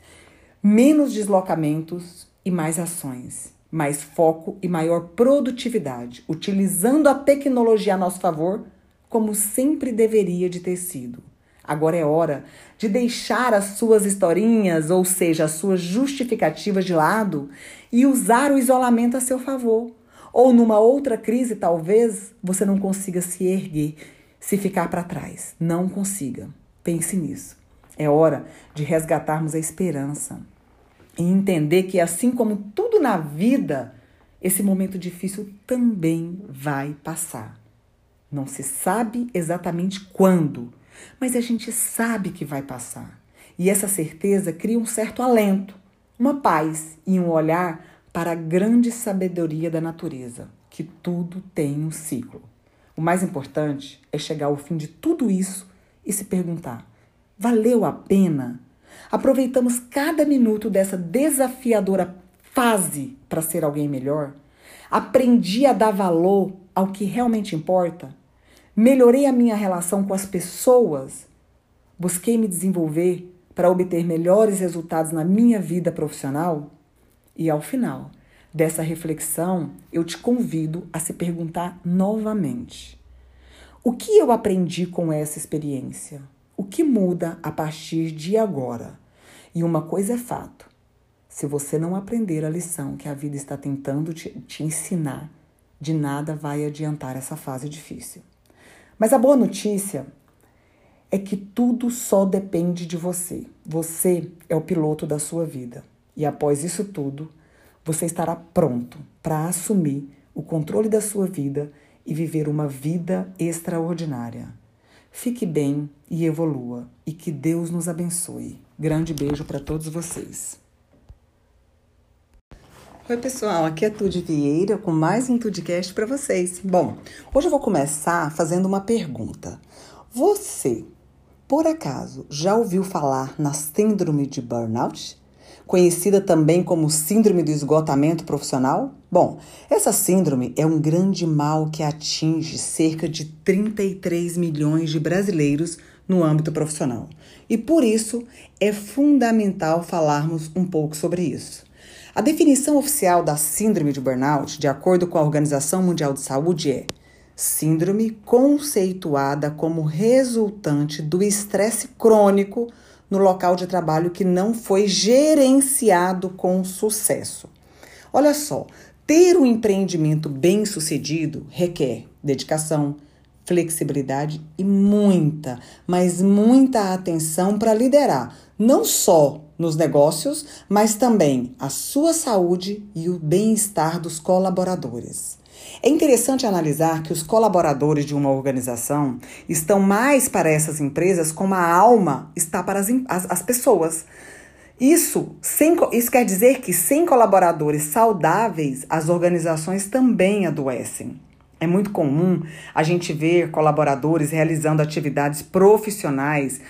Menos deslocamentos e mais ações. Mais foco e maior produtividade, utilizando a tecnologia a nosso favor, como sempre deveria de ter sido. Agora é hora de deixar as suas historinhas, ou seja, as suas justificativas de lado e usar o isolamento a seu favor. Ou numa outra crise, talvez, você não consiga se erguer, se ficar para trás. Não consiga. Pense nisso. É hora de resgatarmos a esperança. E entender que, assim como tudo na vida, esse momento difícil também vai passar. Não se sabe exatamente quando, mas a gente sabe que vai passar. E essa certeza cria um certo alento, uma paz e um olhar para a grande sabedoria da natureza, que tudo tem um ciclo. O mais importante é chegar ao fim de tudo isso e se perguntar: valeu a pena? Aproveitamos cada minuto dessa desafiadora fase para ser alguém melhor? Aprendi a dar valor ao que realmente importa? Melhorei a minha relação com as pessoas? Busquei me desenvolver para obter melhores resultados na minha vida profissional? E ao final dessa reflexão, eu te convido a se perguntar novamente: o que eu aprendi com essa experiência? O que muda a partir de agora? E uma coisa é fato: se você não aprender a lição que a vida está tentando te ensinar, de nada vai adiantar essa fase difícil. Mas a boa notícia é que tudo só depende de você. Você é o piloto da sua vida. E após isso tudo, você estará pronto para assumir o controle da sua vida e viver uma vida extraordinária. Fique bem e evolua. E que Deus nos abençoe. Grande beijo para todos vocês. Oi, pessoal. Aqui é Tude Vieira com mais um Tudecast para vocês. Bom, hoje eu vou começar fazendo uma pergunta. Você, por acaso, já ouviu falar na síndrome de burnout? Conhecida também como síndrome do esgotamento profissional? Bom, essa síndrome é um grande mal que atinge cerca de 33 milhões de brasileiros no âmbito profissional. E por isso é fundamental falarmos um pouco sobre isso. A definição oficial da síndrome de burnout, de acordo com a Organização Mundial de Saúde, é síndrome conceituada como resultante do estresse crônico no local de trabalho que não foi gerenciado com sucesso. Olha só, ter um empreendimento bem-sucedido requer dedicação, flexibilidade e muita, mas muita atenção para liderar, não só nos negócios, mas também a sua saúde e o bem-estar dos colaboradores. É interessante analisar que os colaboradores de uma organização estão mais para essas empresas como a alma está para as pessoas. Isso quer dizer que sem colaboradores saudáveis, as organizações também adoecem. É muito comum a gente ver colaboradores realizando atividades profissionais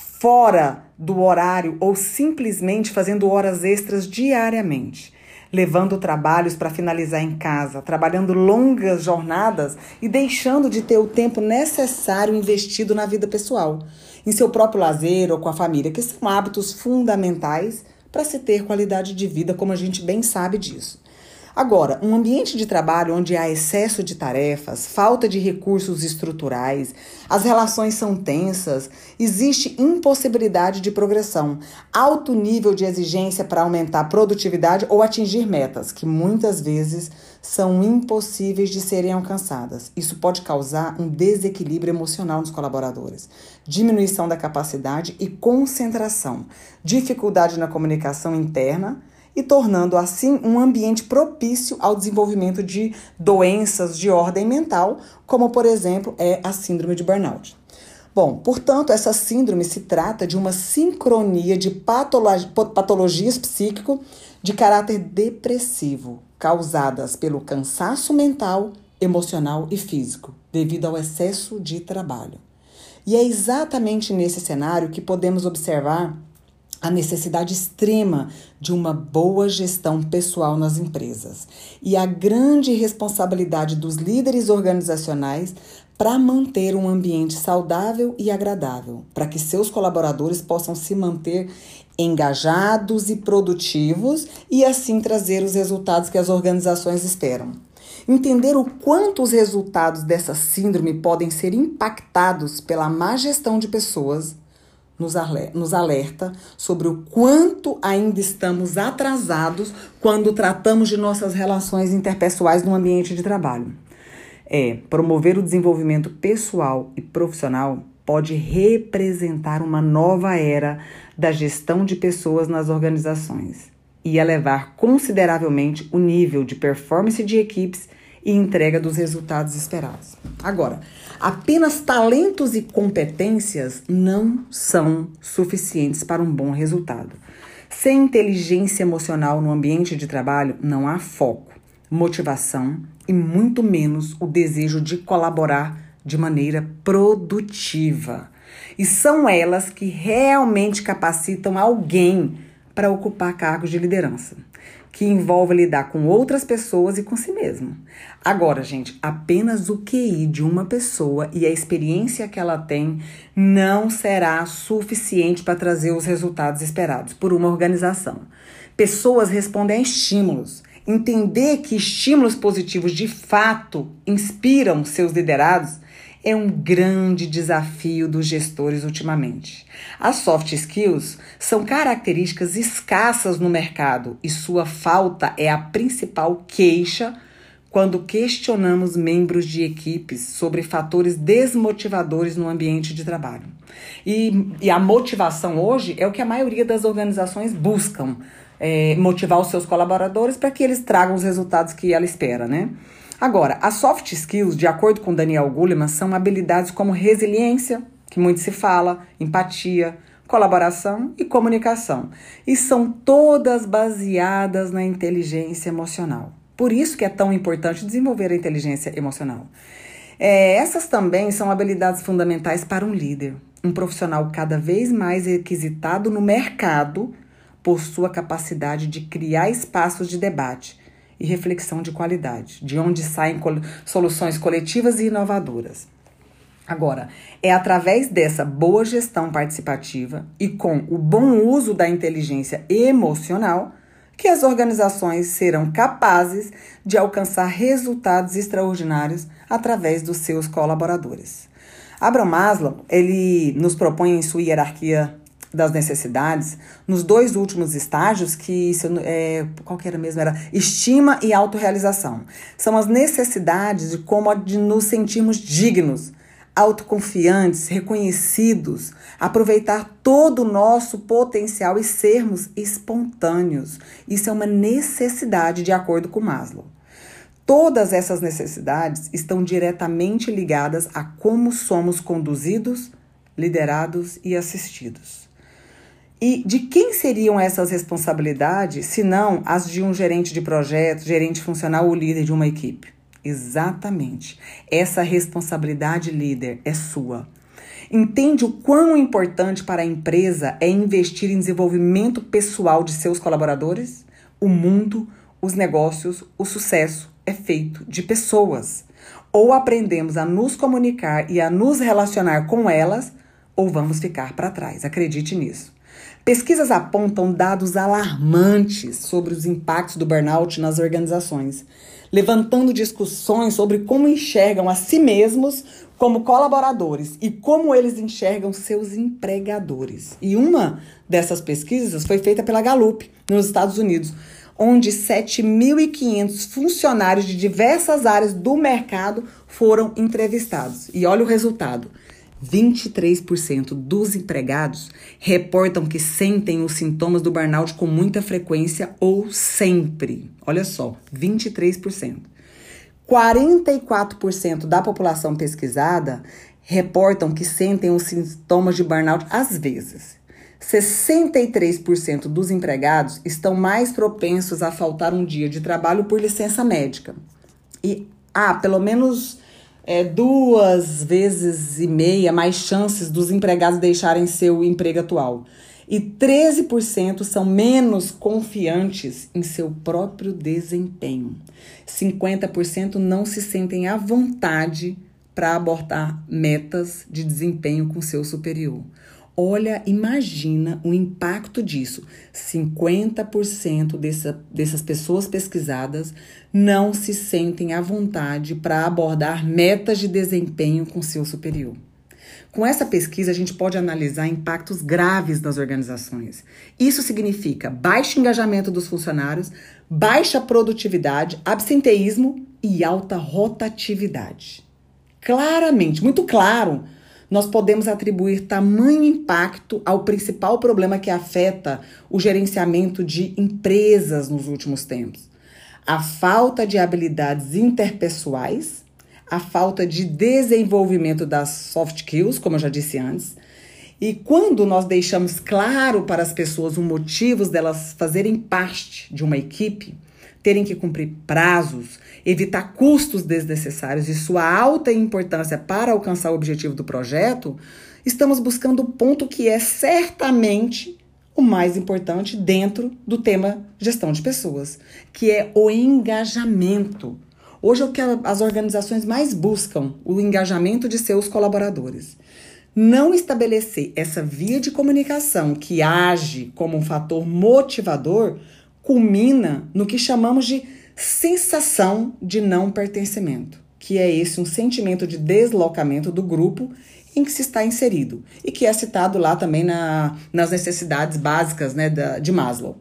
fora do horário ou simplesmente fazendo horas extras diariamente, levando trabalhos para finalizar em casa, trabalhando longas jornadas e deixando de ter o tempo necessário investido na vida pessoal, em seu próprio lazer ou com a família, que são hábitos fundamentais para se ter qualidade de vida, como a gente bem sabe disso. Agora, um ambiente de trabalho onde há excesso de tarefas, falta de recursos estruturais, as relações são tensas, existe impossibilidade de progressão, alto nível de exigência para aumentar a produtividade ou atingir metas, que muitas vezes são impossíveis de serem alcançadas. Isso pode causar um desequilíbrio emocional nos colaboradores, diminuição da capacidade e concentração, dificuldade na comunicação interna e tornando assim um ambiente propício ao desenvolvimento de doenças de ordem mental, como por exemplo é a síndrome de burnout. Bom, portanto, essa síndrome se trata de uma sincronia de patologias psíquicas de caráter depressivo, causadas pelo cansaço mental, emocional e físico, devido ao excesso de trabalho. E é exatamente nesse cenário que podemos observar a necessidade extrema de uma boa gestão pessoal nas empresas e a grande responsabilidade dos líderes organizacionais para manter um ambiente saudável e agradável, para que seus colaboradores possam se manter engajados e produtivos e assim trazer os resultados que as organizações esperam. Entender o quanto os resultados dessa síndrome podem ser impactados pela má gestão de pessoas nos alerta sobre o quanto ainda estamos atrasados quando tratamos de nossas relações interpessoais no ambiente de trabalho. Promover o desenvolvimento pessoal e profissional pode representar uma nova era da gestão de pessoas nas organizações e elevar consideravelmente o nível de performance de equipes e entrega dos resultados esperados. Agora, apenas talentos e competências não são suficientes para um bom resultado. Sem inteligência emocional no ambiente de trabalho, não há foco, motivação e muito menos o desejo de colaborar de maneira produtiva. E são elas que realmente capacitam alguém para ocupar cargos de liderança, que envolve lidar com outras pessoas e com si mesmo. Agora, gente, apenas o QI de uma pessoa e a experiência que ela tem não será suficiente para trazer os resultados esperados por uma organização. Pessoas respondem a estímulos. Entender que estímulos positivos de fato inspiram seus liderados é um grande desafio dos gestores ultimamente. As soft skills são características escassas no mercado e sua falta é a principal queixa quando questionamos membros de equipes sobre fatores desmotivadores no ambiente de trabalho. E a motivação hoje é o que a maioria das organizações buscam, motivar os seus colaboradores para que eles tragam os resultados que ela espera, né? Agora, as soft skills, de acordo com Daniel Goleman, são habilidades como resiliência, que muito se fala, empatia, colaboração e comunicação. E são todas baseadas na inteligência emocional. Por isso que é tão importante desenvolver a inteligência emocional. Essas também são habilidades fundamentais para um líder, um profissional cada vez mais requisitado no mercado por sua capacidade de criar espaços de debate e reflexão de qualidade, de onde saem soluções coletivas e inovadoras. Agora, é através dessa boa gestão participativa e com o bom uso da inteligência emocional que as organizações serão capazes de alcançar resultados extraordinários através dos seus colaboradores. Abraham Maslow, ele nos propõe em sua hierarquia das necessidades, nos dois últimos estágios, qual que era mesmo? Era estima e autorrealização. São as necessidades de como de nos sentirmos dignos, autoconfiantes, reconhecidos, aproveitar todo o nosso potencial e sermos espontâneos. Isso é uma necessidade de acordo com Maslow. Todas essas necessidades estão diretamente ligadas a como somos conduzidos, liderados e assistidos. E de quem seriam essas responsabilidades, se não as de um gerente de projeto, gerente funcional ou líder de uma equipe? Exatamente. Essa responsabilidade, líder, é sua. Entende o quão importante para a empresa é investir em desenvolvimento pessoal de seus colaboradores? O mundo, os negócios, o sucesso é feito de pessoas. Ou aprendemos a nos comunicar e a nos relacionar com elas, ou vamos ficar para trás. Acredite nisso. Pesquisas apontam dados alarmantes sobre os impactos do burnout nas organizações, levantando discussões sobre como enxergam a si mesmos como colaboradores e como eles enxergam seus empregadores. E uma dessas pesquisas foi feita pela Gallup, nos Estados Unidos, onde 7.500 funcionários de diversas áreas do mercado foram entrevistados. E olha o resultado. 23% dos empregados reportam que sentem os sintomas do burnout com muita frequência ou sempre. Olha só, 23%. 44% da população pesquisada reportam que sentem os sintomas de burnout às vezes. 63% dos empregados estão mais propensos a faltar um dia de trabalho por licença médica. E há pelo menos 2,5 vezes mais chances dos empregados deixarem seu emprego atual. E 13% são menos confiantes em seu próprio desempenho. 50% não se sentem à vontade para abordar metas de desempenho com seu superior. Olha, imagina o impacto disso. 50% dessas pessoas pesquisadas não se sentem à vontade para abordar metas de desempenho com seu superior. Com essa pesquisa, a gente pode analisar impactos graves nas organizações. Isso significa baixo engajamento dos funcionários, baixa produtividade, absenteísmo e alta rotatividade. Claramente, muito claro, nós podemos atribuir tamanho impacto ao principal problema que afeta o gerenciamento de empresas nos últimos tempos. A falta de habilidades interpessoais, a falta de desenvolvimento das soft skills, como eu já disse antes. E quando nós deixamos claro para as pessoas os motivos delas fazerem parte de uma equipe, terem que cumprir prazos, evitar custos desnecessários e sua alta importância para alcançar o objetivo do projeto, estamos buscando o ponto que é certamente o mais importante dentro do tema gestão de pessoas, que é o engajamento. Hoje é o que as organizações mais buscam, o engajamento de seus colaboradores. Não estabelecer essa via de comunicação que age como um fator motivador culmina no que chamamos de sensação de não pertencimento, que é um sentimento de deslocamento do grupo em que se está inserido e que é citado lá também nas necessidades básicas, né, de Maslow.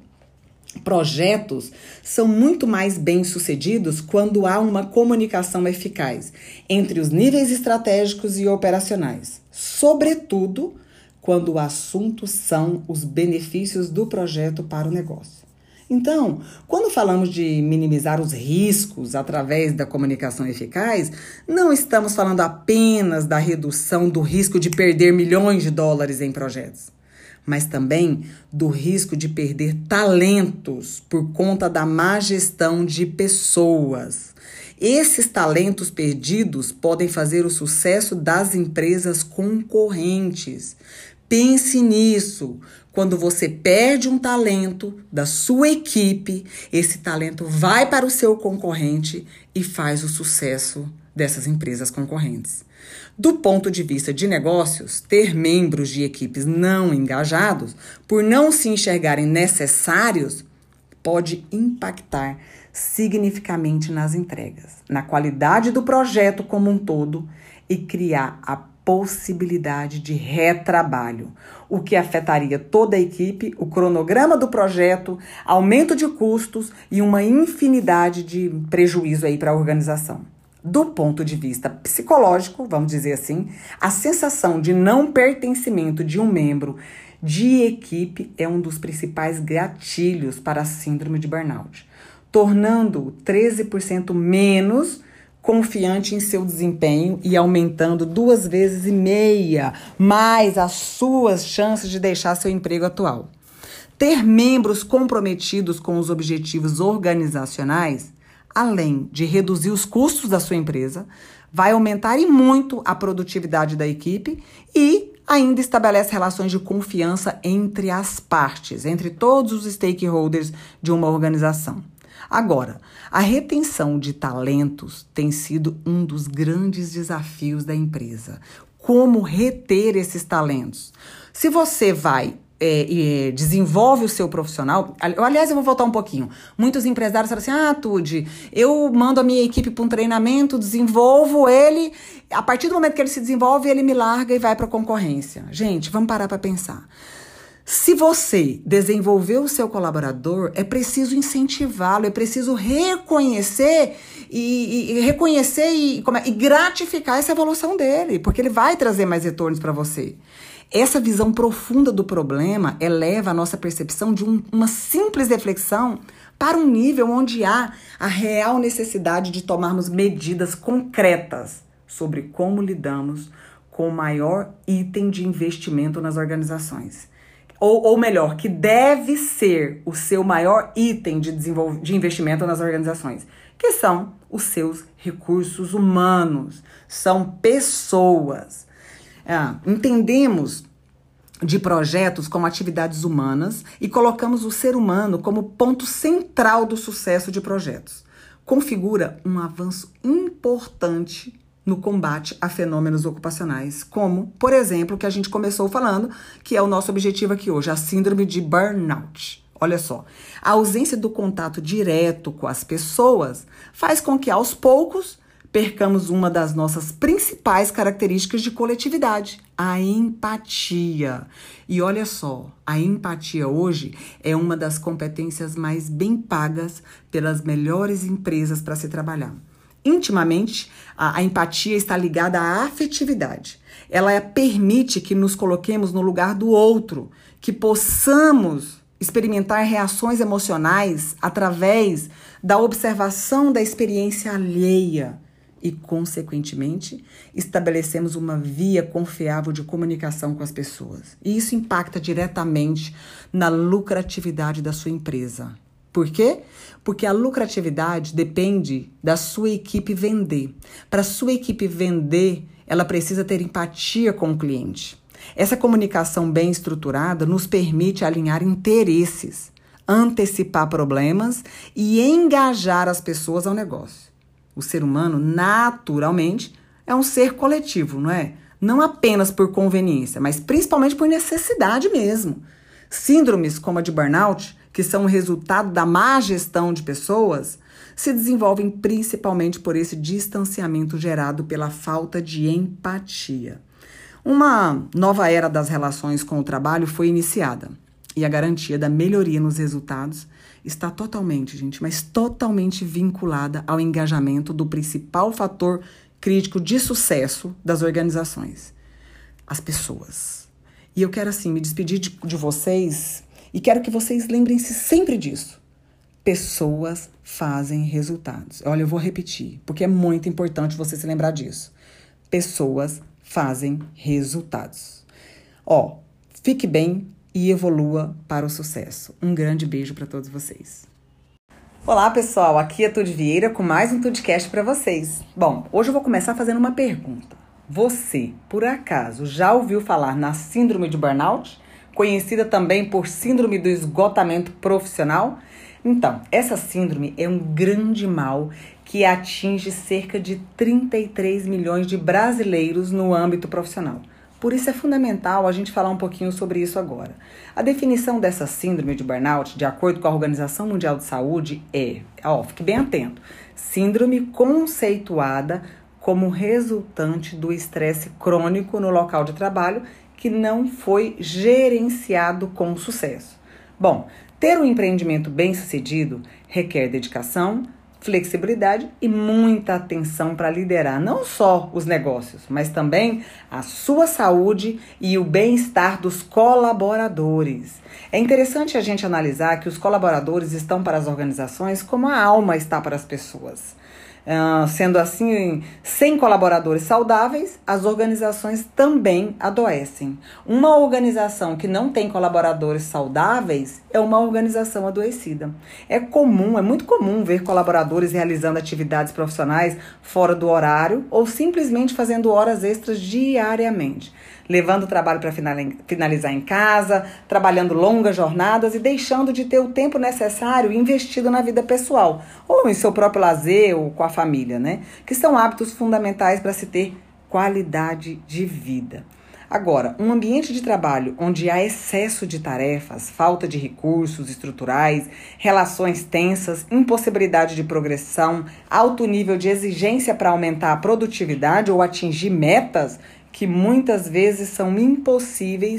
Projetos são muito mais bem-sucedidos quando há uma comunicação eficaz entre os níveis estratégicos e operacionais, sobretudo quando o assunto são os benefícios do projeto para o negócio. Então, quando falamos de minimizar os riscos através da comunicação eficaz, não estamos falando apenas da redução do risco de perder milhões de dólares em projetos, mas também do risco de perder talentos por conta da má gestão de pessoas. Esses talentos perdidos podem fazer o sucesso das empresas concorrentes. Pense nisso. Quando você perde um talento da sua equipe, esse talento vai para o seu concorrente e faz o sucesso dessas empresas concorrentes. Do ponto de vista de negócios, ter membros de equipes não engajados, por não se enxergarem necessários, pode impactar significativamente nas entregas, na qualidade do projeto como um todo e criar a possibilidade de retrabalho, o que afetaria toda a equipe, o cronograma do projeto, aumento de custos e uma infinidade de prejuízo aí para a organização. Do ponto de vista psicológico, vamos dizer assim, a sensação de não pertencimento de um membro de equipe é um dos principais gatilhos para a síndrome de burnout, tornando 13% menos confiante em seu desempenho e aumentando 2,5 vezes mais as suas chances de deixar seu emprego atual. Ter membros comprometidos com os objetivos organizacionais, além de reduzir os custos da sua empresa, vai aumentar e muito a produtividade da equipe e ainda estabelece relações de confiança entre as partes, entre todos os stakeholders de uma organização. Agora, a retenção de talentos tem sido um dos grandes desafios da empresa. Como reter esses talentos? Se você vai desenvolve o seu profissional. Aliás, eu vou voltar um pouquinho. Muitos empresários falam assim, Tude, eu mando a minha equipe para um treinamento, desenvolvo ele, a partir do momento que ele se desenvolve, ele me larga e vai para a concorrência. Gente, vamos parar para pensar. Se você desenvolver o seu colaborador, é preciso incentivá-lo, é preciso reconhecer e gratificar essa evolução dele, porque ele vai trazer mais retornos para você. Essa visão profunda do problema eleva a nossa percepção de uma simples reflexão para um nível onde há a real necessidade de tomarmos medidas concretas sobre como lidamos com o maior item de investimento nas organizações. Ou melhor, que deve ser o seu maior item de investimento nas organizações, que são os seus recursos humanos, são pessoas. Entendemos de projetos como atividades humanas e colocamos o ser humano como ponto central do sucesso de projetos. Configura um avanço importante no combate a fenômenos ocupacionais, como, por exemplo, o que a gente começou falando, que é o nosso objetivo aqui hoje, a síndrome de burnout. Olha só, a ausência do contato direto com as pessoas faz com que, aos poucos, percamos uma das nossas principais características de coletividade, a empatia. E olha só, a empatia hoje é uma das competências mais bem pagas pelas melhores empresas para se trabalhar. Intimamente, a empatia está ligada à afetividade. Ela permite que nos coloquemos no lugar do outro, que possamos experimentar reações emocionais através da observação da experiência alheia e, consequentemente, estabelecemos uma via confiável de comunicação com as pessoas. E isso impacta diretamente na lucratividade da sua empresa. Por quê? Porque a lucratividade depende da sua equipe vender. Para a sua equipe vender, ela precisa ter empatia com o cliente. Essa comunicação bem estruturada nos permite alinhar interesses, antecipar problemas e engajar as pessoas ao negócio. O ser humano, naturalmente, é um ser coletivo, não é? Não apenas por conveniência, mas principalmente por necessidade mesmo. Síndromes como a de burnout, que são o resultado da má gestão de pessoas, se desenvolvem principalmente por esse distanciamento gerado pela falta de empatia. Uma nova era das relações com o trabalho foi iniciada e a garantia da melhoria nos resultados está totalmente, mas totalmente vinculada ao engajamento do principal fator crítico de sucesso das organizações, as pessoas. E eu quero, me despedir de vocês e quero que vocês lembrem-se sempre disso. Pessoas fazem resultados. Olha, eu vou repetir, porque é muito importante você se lembrar disso. Pessoas fazem resultados. Fique bem e evolua para o sucesso. Um grande beijo para todos vocês. Olá, pessoal. Aqui é Tude Vieira com mais um Tudecast para vocês. Bom, hoje eu vou começar fazendo uma pergunta. Você, por acaso, já ouviu falar na síndrome de burnout? Conhecida também por síndrome do esgotamento profissional? Então, essa síndrome é um grande mal que atinge cerca de 33 milhões de brasileiros no âmbito profissional. Por isso é fundamental a gente falar um pouquinho sobre isso agora. A definição dessa síndrome de burnout, de acordo com a Organização Mundial de Saúde, fique bem atento, síndrome conceituada como resultante do estresse crônico no local de trabalho que não foi gerenciado com sucesso. Bom, ter um empreendimento bem-sucedido requer dedicação, flexibilidade e muita atenção para liderar não só os negócios, mas também a sua saúde e o bem-estar dos colaboradores. É interessante a gente analisar que os colaboradores estão para as organizações como a alma está para as pessoas. Sendo assim, sem colaboradores saudáveis, as organizações também adoecem. Uma organização que não tem colaboradores saudáveis é uma organização adoecida. É muito comum ver colaboradores realizando atividades profissionais fora do horário ou simplesmente fazendo horas extras diariamente, levando o trabalho para finalizar em casa, trabalhando longas jornadas e deixando de ter o tempo necessário investido na vida pessoal, ou em seu próprio lazer ou com a família, que são hábitos fundamentais para se ter qualidade de vida. Agora, um ambiente de trabalho onde há excesso de tarefas, falta de recursos estruturais, relações tensas, impossibilidade de progressão, alto nível de exigência para aumentar a produtividade ou atingir metas que muitas vezes são impossíveis,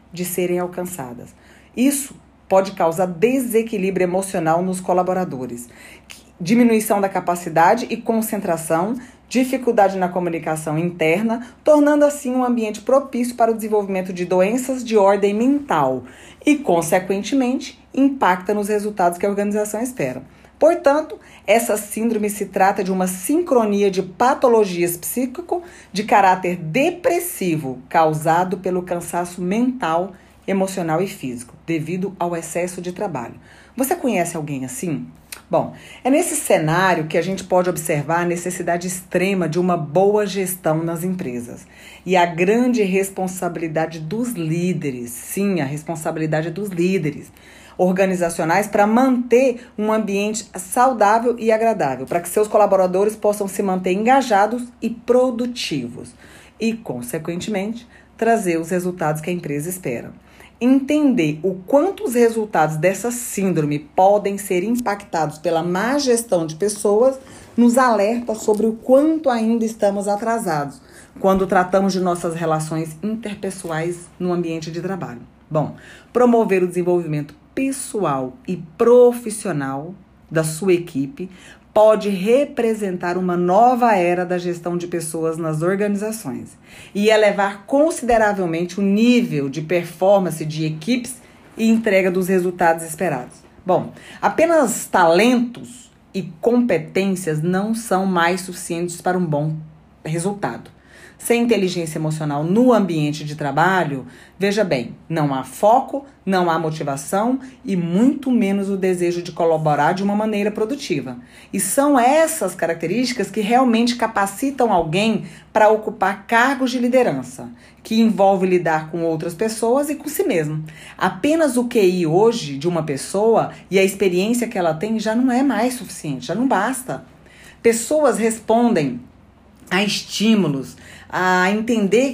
de serem alcançadas. Isso pode causar desequilíbrio emocional nos colaboradores, diminuição da capacidade e concentração, dificuldade na comunicação interna, tornando assim um ambiente propício para o desenvolvimento de doenças de ordem mental e, consequentemente, impacta nos resultados que a organização espera. Portanto, essa síndrome se trata de uma sincronia de patologias psíquico de caráter depressivo causado pelo cansaço mental, emocional e físico, devido ao excesso de trabalho. Você conhece alguém assim? Bom, é nesse cenário que a gente pode observar a necessidade extrema de uma boa gestão nas empresas e a grande responsabilidade dos líderes, sim, a responsabilidade dos líderes organizacionais para manter um ambiente saudável e agradável, para que seus colaboradores possam se manter engajados e produtivos e, consequentemente, trazer os resultados que a empresa espera. Entender o quanto os resultados dessa síndrome podem ser impactados pela má gestão de pessoas nos alerta sobre o quanto ainda estamos atrasados quando tratamos de nossas relações interpessoais no ambiente de trabalho. Bom, promover o desenvolvimento pessoal e profissional da sua equipe pode representar uma nova era da gestão de pessoas nas organizações e elevar consideravelmente o nível de performance de equipes e entrega dos resultados esperados. Bom, apenas talentos e competências não são mais suficientes para um bom resultado. Sem inteligência emocional no ambiente de trabalho, veja bem, não há foco, não há motivação e muito menos o desejo de colaborar de uma maneira produtiva. E são essas características que realmente capacitam alguém para ocupar cargos de liderança, que envolve lidar com outras pessoas e com si mesmo. Apenas o QI hoje de uma pessoa e a experiência que ela tem já não é mais suficiente, já não basta. Pessoas respondem a estímulos, a entender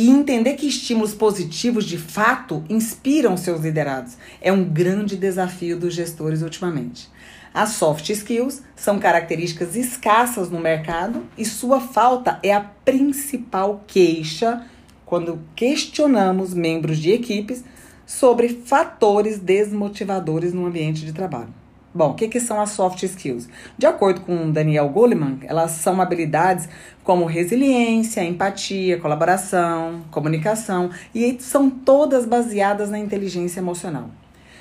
que estímulos positivos de fato inspiram seus liderados. É um grande desafio dos gestores ultimamente. As soft skills são características escassas no mercado e sua falta é a principal queixa quando questionamos membros de equipes sobre fatores desmotivadores no ambiente de trabalho. Bom, o que são as soft skills? De acordo com Daniel Goleman, elas são habilidades como resiliência, empatia, colaboração, comunicação e são todas baseadas na inteligência emocional.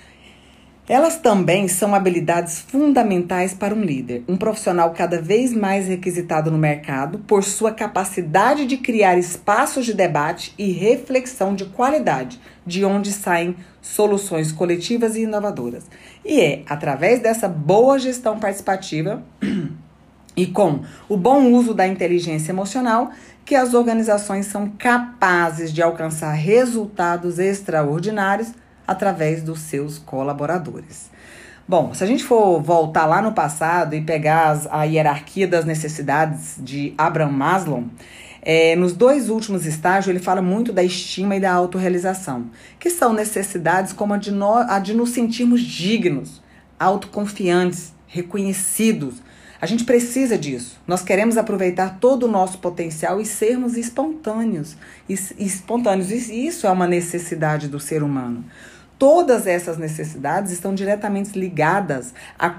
Elas também são habilidades fundamentais para um líder, um profissional cada vez mais requisitado no mercado por sua capacidade de criar espaços de debate e reflexão de qualidade, de onde saem soluções coletivas e inovadoras. E é através dessa boa gestão participativa e com o bom uso da inteligência emocional que as organizações são capazes de alcançar resultados extraordinários através dos seus colaboradores. Bom, se a gente for voltar lá no passado e pegar a hierarquia das necessidades de Abraham Maslow, nos dois últimos estágios ele fala muito da estima e da autorrealização, que são necessidades como a de nos sentirmos dignos, autoconfiantes, reconhecidos. A gente precisa disso. Nós queremos aproveitar todo o nosso potencial e sermos espontâneos. E isso é uma necessidade do ser humano. Todas essas necessidades estão diretamente ligadas a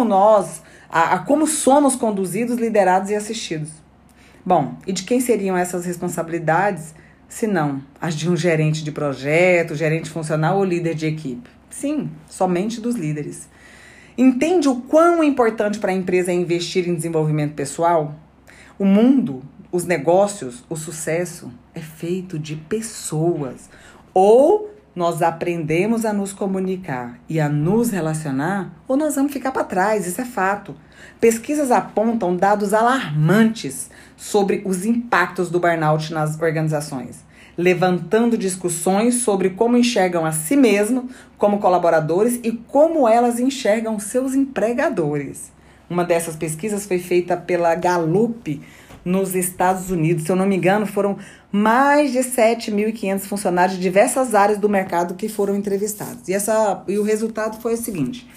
como somos conduzidos, liderados e assistidos. Bom, e de quem seriam essas responsabilidades, se não as de um gerente de projeto, gerente funcional ou líder de equipe? Sim, somente dos líderes. Entende o quão importante para a empresa é investir em desenvolvimento pessoal? O mundo, os negócios, o sucesso é feito de pessoas. Ou nós aprendemos a nos comunicar e a nos relacionar, ou nós vamos ficar para trás, isso é fato. Pesquisas apontam dados alarmantes sobre os impactos do burnout nas organizações, levantando discussões sobre como enxergam a si mesmos como colaboradores e como elas enxergam seus empregadores. Uma dessas pesquisas foi feita pela Gallup nos Estados Unidos. Se eu não me engano, foram mais de 7.500 funcionários de diversas áreas do mercado que foram entrevistados. E o resultado foi o seguinte: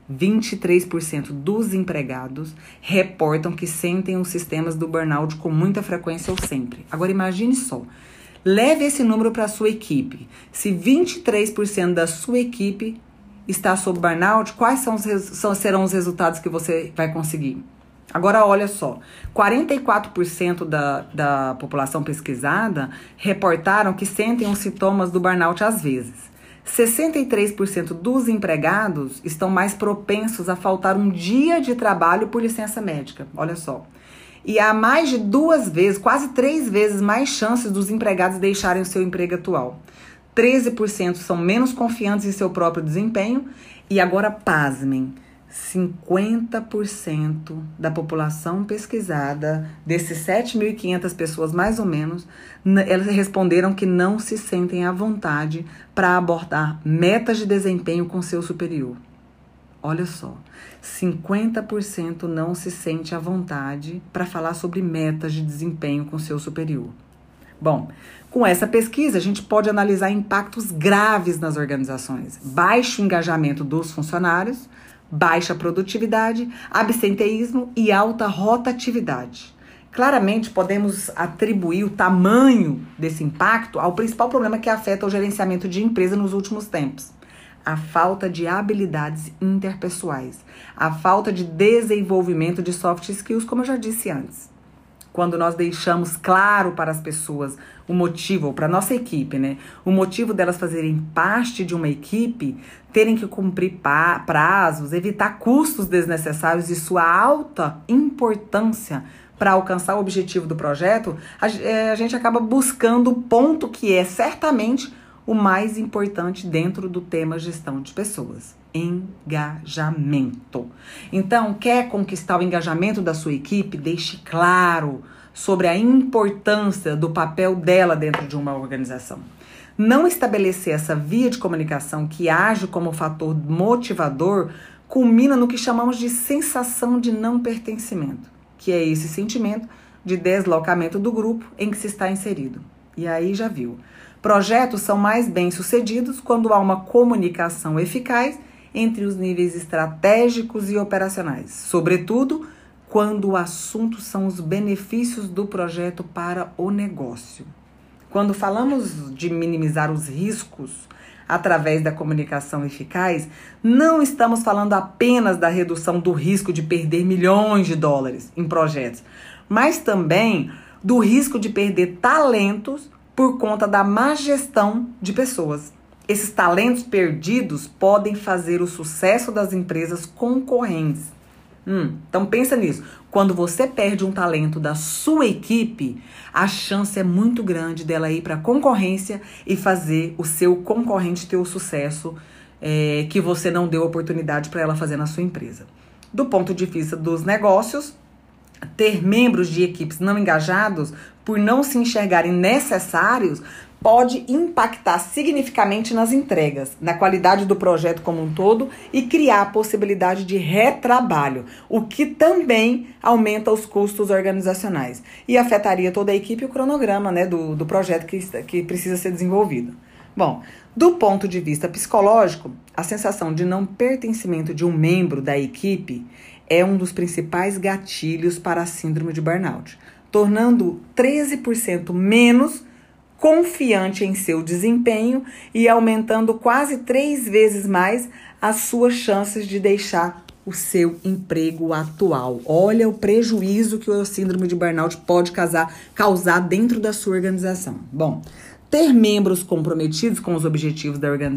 23% dos empregados reportam que sentem os sistemas do burnout com muita frequência ou sempre. Agora imagine só, Leve esse número para a sua equipe. Se 23% da sua equipe está sob burnout, quais serão os resultados que você vai conseguir? Agora, olha só, 44% da população pesquisada reportaram que sentem os sintomas do burnout às vezes. 63% dos empregados estão mais propensos a faltar um dia de trabalho por licença médica, olha só. E há mais de 2 vezes, quase 3 vezes mais chances dos empregados deixarem o seu emprego atual. 13% são menos confiantes em seu próprio desempenho e agora, pasmem, 50% da população pesquisada, desses 7.500 pessoas mais ou menos, elas responderam que não se sentem à vontade para abordar metas de desempenho com seu superior. Olha só, 50% não se sente à vontade para falar sobre metas de desempenho com seu superior. Bom, com essa pesquisa, a gente pode analisar impactos graves nas organizações. Baixo engajamento dos funcionários, baixa produtividade, absenteísmo e alta rotatividade. Claramente, podemos atribuir o tamanho desse impacto ao principal problema que afeta o gerenciamento de empresa nos últimos tempos. A falta de habilidades interpessoais, a falta de desenvolvimento de soft skills, como eu já disse antes. Quando nós deixamos claro para as pessoas o motivo, ou para a nossa equipe, né? O motivo delas fazerem parte de uma equipe, terem que cumprir prazos, evitar custos desnecessários e sua alta importância para alcançar o objetivo do projeto, a gente acaba buscando o ponto que é certamente o mais importante dentro do tema gestão de pessoas: engajamento. Então, quer conquistar o engajamento da sua equipe? Deixe claro sobre a importância do papel dela dentro de uma organização. Não estabelecer essa via de comunicação que age como fator motivador culmina no que chamamos de sensação de não pertencimento, que é esse sentimento de deslocamento do grupo em que se está inserido. E aí já viu. Projetos são mais bem-sucedidos quando há uma comunicação eficaz entre os níveis estratégicos e operacionais, sobretudo quando o assunto são os benefícios do projeto para o negócio. Quando falamos de minimizar os riscos através da comunicação eficaz, não estamos falando apenas da redução do risco de perder milhões de dólares em projetos, mas também do risco de perder talentos por conta da má gestão de pessoas. Esses talentos perdidos podem fazer o sucesso das empresas concorrentes. Então pensa nisso. Quando você perde um talento da sua equipe, a chance é muito grande dela ir para a concorrência e fazer o seu concorrente ter o sucesso que você não deu oportunidade para ela fazer na sua empresa. Do ponto de vista dos negócios, ter membros de equipes não engajados, por não se enxergarem necessários, pode impactar significativamente nas entregas, na qualidade do projeto como um todo e criar a possibilidade de retrabalho, o que também aumenta os custos organizacionais e afetaria toda a equipe e o cronograma, né, do projeto que precisa ser desenvolvido. Bom, do ponto de vista psicológico, a sensação de não pertencimento de um membro da equipe é um dos principais gatilhos para a síndrome de burnout, tornando 13% menos confiante em seu desempenho e aumentando quase 3 vezes mais as suas chances de deixar o seu emprego atual. Olha o prejuízo que a síndrome de burnout pode causar dentro da sua organização. Bom, ter membros comprometidos com os objetivos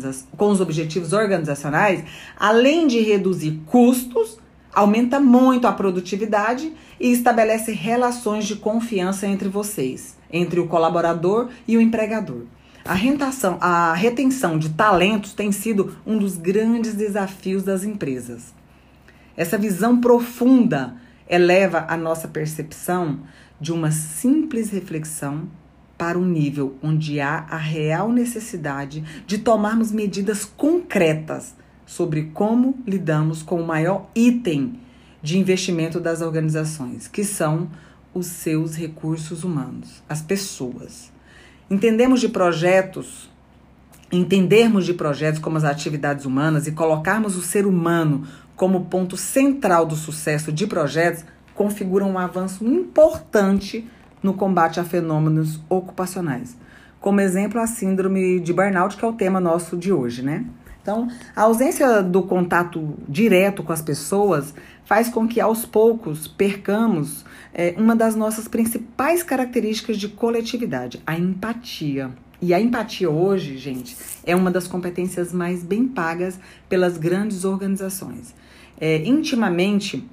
organizacionais, além de reduzir custos, aumenta muito a produtividade e estabelece relações de confiança entre vocês, entre o colaborador e o empregador. A retenção de talentos tem sido um dos grandes desafios das empresas. Essa visão profunda eleva a nossa percepção de uma simples reflexão para um nível onde há a real necessidade de tomarmos medidas concretas sobre como lidamos com o maior item de investimento das organizações, que são os seus recursos humanos, as pessoas. Entendermos de projetos como as atividades humanas e colocarmos o ser humano como ponto central do sucesso de projetos configuram um avanço importante no combate a fenômenos ocupacionais, como exemplo a síndrome de burnout, que é o tema nosso de hoje, né? Então, a ausência do contato direto com as pessoas faz com que aos poucos percamos uma das nossas principais características de coletividade, a empatia. E a empatia hoje, gente, é uma das competências mais bem pagas pelas grandes organizações. Intimamente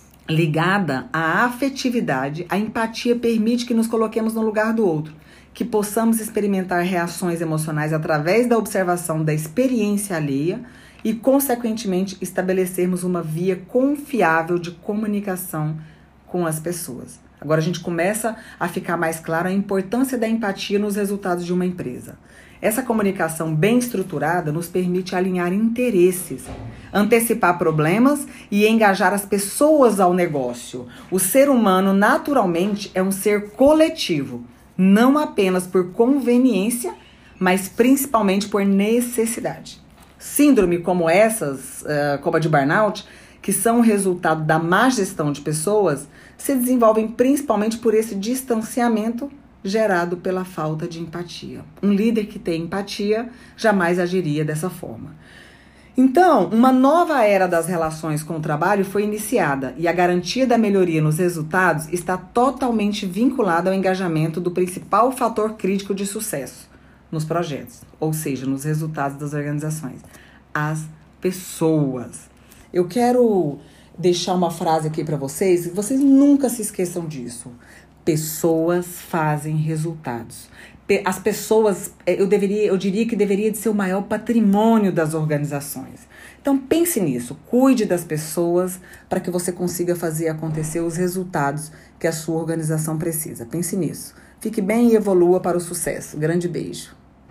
ligada à afetividade, a empatia permite que nos coloquemos no lugar do outro, que possamos experimentar reações emocionais através da observação da experiência alheia e, consequentemente, estabelecermos uma via confiável de comunicação com as pessoas. Agora a gente começa a ficar mais clara a importância da empatia nos resultados de uma empresa. Essa comunicação bem estruturada nos permite alinhar interesses, antecipar problemas e engajar as pessoas ao negócio. O ser humano, naturalmente, é um ser coletivo, não apenas por conveniência, mas principalmente por necessidade. Síndrome como essas, como a de burnout, que são o resultado da má gestão de pessoas, se desenvolvem principalmente por esse distanciamento gerado pela falta de empatia. Um líder que tem empatia jamais agiria dessa forma. Então, uma nova era das relações com o trabalho foi iniciada e a garantia da melhoria nos resultados está totalmente vinculada ao engajamento do principal fator crítico de sucesso nos projetos, ou seja, nos resultados das organizações, as pessoas. Eu quero deixar uma frase aqui para vocês nunca se esqueçam disso. Pessoas fazem resultados. As pessoas, eu diria que deveria de ser o maior patrimônio das organizações. Então pense nisso, cuide das pessoas para que você consiga fazer acontecer os resultados que a sua organização precisa. Pense nisso. Fique bem e evolua para o sucesso. Grande beijo.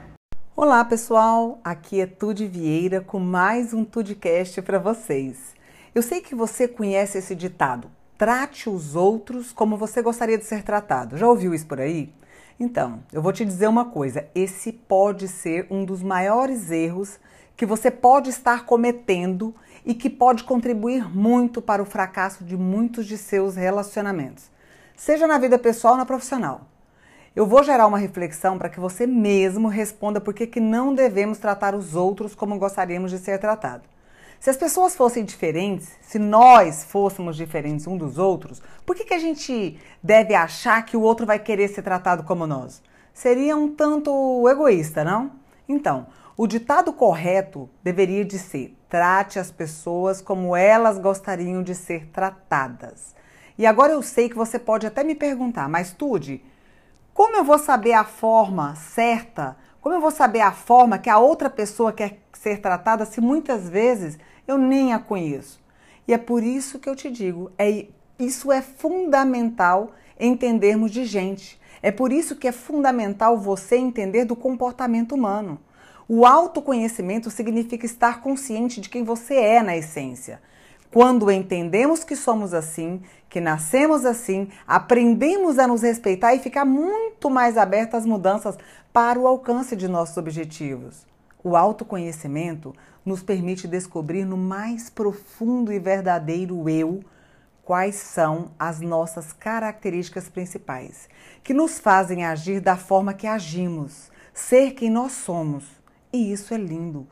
Olá pessoal, aqui é Tude Vieira com mais um Tudecast para vocês. Eu sei que você conhece esse ditado, trate os outros como você gostaria de ser tratado. Já ouviu isso por aí? Então, eu vou te dizer uma coisa, esse pode ser um dos maiores erros que você pode estar cometendo e que pode contribuir muito para o fracasso de muitos de seus relacionamentos, seja na vida pessoal ou na profissional. Eu vou gerar uma reflexão para que você mesmo responda por que não devemos tratar os outros como gostaríamos de ser tratados. Se as pessoas fossem diferentes, se nós fôssemos diferentes um dos outros, por que a gente deve achar que o outro vai querer ser tratado como nós? Seria um tanto egoísta, não? Então, o ditado correto deveria de ser: trate as pessoas como elas gostariam de ser tratadas. E agora eu sei que você pode até me perguntar, mas Tude, como eu vou saber a forma certa? Como eu vou saber a forma que a outra pessoa quer ser tratada se muitas vezes eu nem a conheço? E é por isso que eu te digo, isso é fundamental entendermos de gente. É por isso que é fundamental você entender do comportamento humano. O autoconhecimento significa estar consciente de quem você é na essência. Quando entendemos que somos assim, que nascemos assim, aprendemos a nos respeitar e ficar muito mais abertos às mudanças para o alcance de nossos objetivos. O autoconhecimento nos permite descobrir no mais profundo e verdadeiro eu quais são as nossas características principais, que nos fazem agir da forma que agimos, ser quem nós somos. E isso é lindo.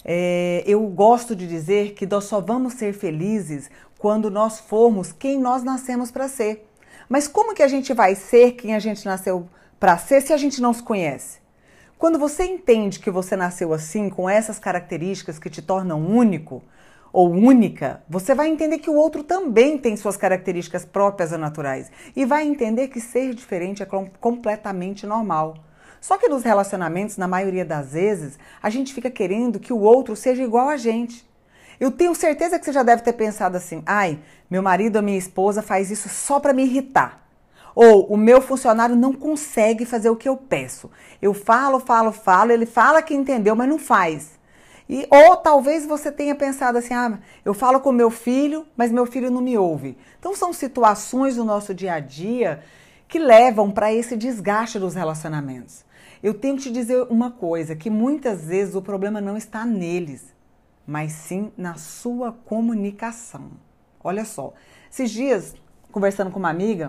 Eu gosto de dizer que nós só vamos ser felizes quando nós formos quem nós nascemos para ser. Mas como que a gente vai ser quem a gente nasceu para ser se a gente não se conhece? Quando você entende que você nasceu assim, com essas características que te tornam único ou única, você vai entender que o outro também tem suas características próprias e naturais e vai entender que ser diferente é completamente normal. Só que nos relacionamentos, na maioria das vezes, a gente fica querendo que o outro seja igual a gente. Eu tenho certeza que você já deve ter pensado assim: ai, meu marido ou minha esposa faz isso só para me irritar. Ou o meu funcionário não consegue fazer o que eu peço. Eu falo, ele fala que entendeu, mas não faz. Ou talvez você tenha pensado assim: ah, eu falo com meu filho, mas meu filho não me ouve. Então são situações do nosso dia a dia que levam para esse desgaste dos relacionamentos. Eu tenho que te dizer uma coisa, que muitas vezes o problema não está neles, mas sim na sua comunicação. Olha só, esses dias, conversando com uma amiga,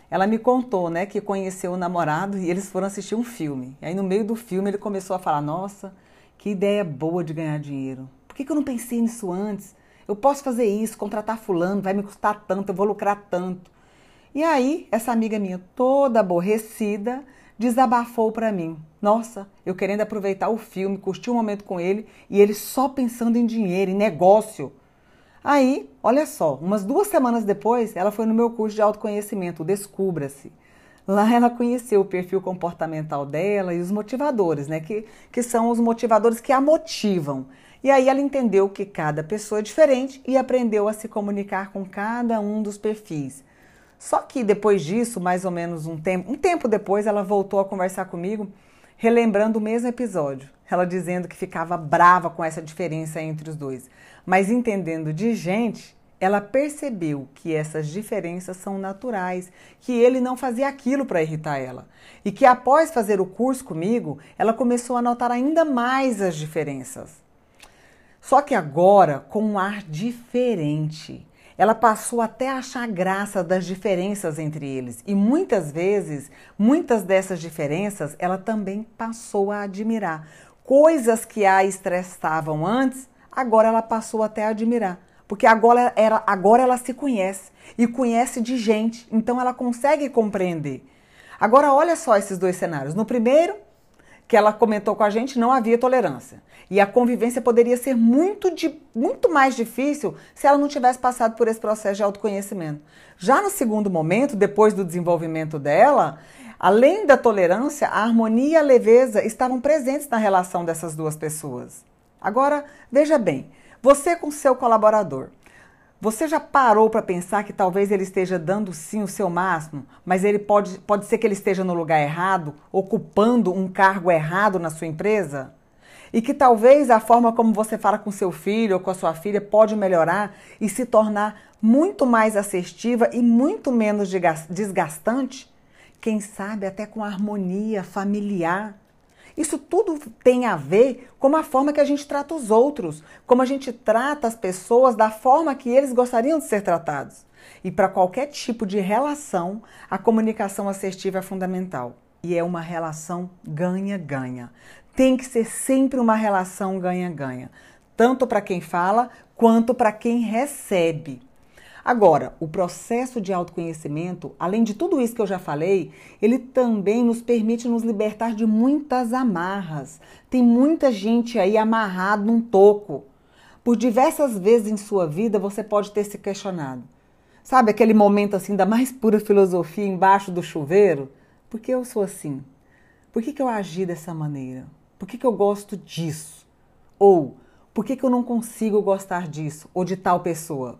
ela me contou, né, que conheceu o namorado e eles foram assistir um filme. E aí no meio do filme ele começou a falar, nossa, que ideia boa de ganhar dinheiro. Por que eu não pensei nisso antes? Eu posso fazer isso, contratar fulano, vai me custar tanto, eu vou lucrar tanto. E aí, essa amiga minha, toda aborrecida, desabafou para mim. Nossa, eu querendo aproveitar o filme, curtir um momento com ele, e ele só pensando em dinheiro, em negócio. Aí, olha só, umas 2 semanas depois, ela foi no meu curso de autoconhecimento, o Descubra-se. Lá ela conheceu o perfil comportamental dela e os motivadores, né? Que são os motivadores que a motivam. E aí ela entendeu que cada pessoa é diferente e aprendeu a se comunicar com cada um dos perfis. Só que depois disso, mais ou menos um tempo depois, ela voltou a conversar comigo, relembrando o mesmo episódio. Ela dizendo que ficava brava com essa diferença entre os dois. Mas entendendo de gente, ela percebeu que essas diferenças são naturais, que ele não fazia aquilo para irritar ela. E que após fazer o curso comigo, ela começou a notar ainda mais as diferenças. Só que agora, com um ar diferente, ela passou até a achar graça das diferenças entre eles. E muitas vezes, muitas dessas diferenças, ela também passou a admirar. Coisas que a estressavam antes, agora ela passou até a admirar. Porque agora ela se conhece e conhece de gente, então ela consegue compreender. Agora olha só esses 2 cenários. No primeiro, que ela comentou com a gente, não havia tolerância. E a convivência poderia ser muito mais difícil se ela não tivesse passado por esse processo de autoconhecimento. Já no segundo momento, depois do desenvolvimento dela, além da tolerância, a harmonia e a leveza estavam presentes na relação dessas 2 pessoas. Agora, veja bem, você com seu colaborador, você já parou para pensar que talvez ele esteja dando sim o seu máximo, mas ele pode ser que ele esteja no lugar errado, ocupando um cargo errado na sua empresa? E que talvez a forma como você fala com seu filho ou com a sua filha pode melhorar e se tornar muito mais assertiva e muito menos desgastante? Quem sabe até com harmonia familiar? Isso tudo tem a ver com a forma que a gente trata os outros, como a gente trata as pessoas da forma que eles gostariam de ser tratados. E para qualquer tipo de relação, a comunicação assertiva é fundamental. E é uma relação ganha-ganha. Tem que ser sempre uma relação ganha-ganha, tanto para quem fala quanto para quem recebe. Agora, o processo de autoconhecimento, além de tudo isso que eu já falei, ele também nos permite nos libertar de muitas amarras. Tem muita gente aí amarrada num toco. Por diversas vezes em sua vida você pode ter se questionado. Sabe aquele momento assim da mais pura filosofia embaixo do chuveiro? Por que eu sou assim? Por que eu agi dessa maneira? Por que eu gosto disso? Ou por que eu não consigo gostar disso ou de tal pessoa?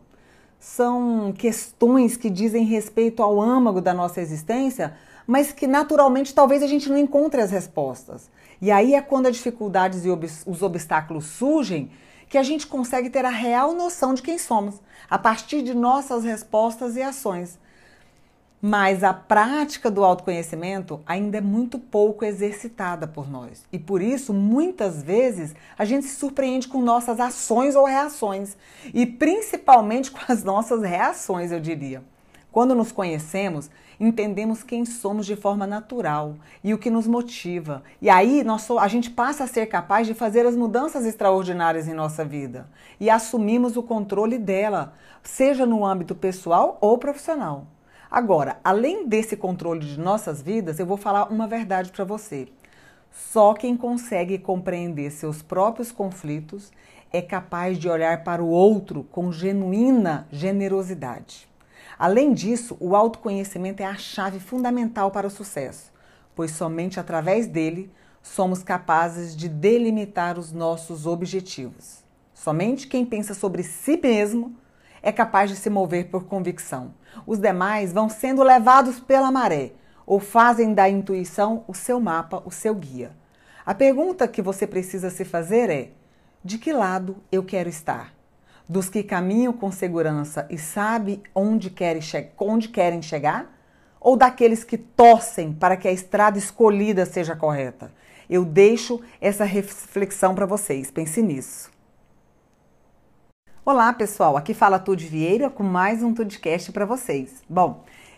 São questões que dizem respeito ao âmago da nossa existência, mas que naturalmente talvez a gente não encontre as respostas. E aí é quando as dificuldades e os obstáculos surgem que a gente consegue ter a real noção de quem somos, a partir de nossas respostas e ações. Mas a prática do autoconhecimento ainda é muito pouco exercitada por nós. E por isso, muitas vezes, a gente se surpreende com nossas ações ou reações. E principalmente com as nossas reações, eu diria. Quando nos conhecemos, entendemos quem somos de forma natural e o que nos motiva. E aí a gente passa a ser capaz de fazer as mudanças extraordinárias em nossa vida. E assumimos o controle dela, seja no âmbito pessoal ou profissional. Agora, além desse controle de nossas vidas, eu vou falar uma verdade para você. Só quem consegue compreender seus próprios conflitos é capaz de olhar para o outro com genuína generosidade. Além disso, o autoconhecimento é a chave fundamental para o sucesso, pois somente através dele somos capazes de delimitar os nossos objetivos. Somente quem pensa sobre si mesmo é capaz de se mover por convicção. Os demais vão sendo levados pela maré ou fazem da intuição o seu mapa, o seu guia. A pergunta que você precisa se fazer é: de que lado eu quero estar? Dos que caminham com segurança e sabem onde querem chegar? Ou daqueles que torcem para que a estrada escolhida seja correta? Eu deixo essa reflexão para vocês. Pense nisso. Olá, pessoal. Aqui fala Tude Vieira com mais um Tudecast para vocês. Bom,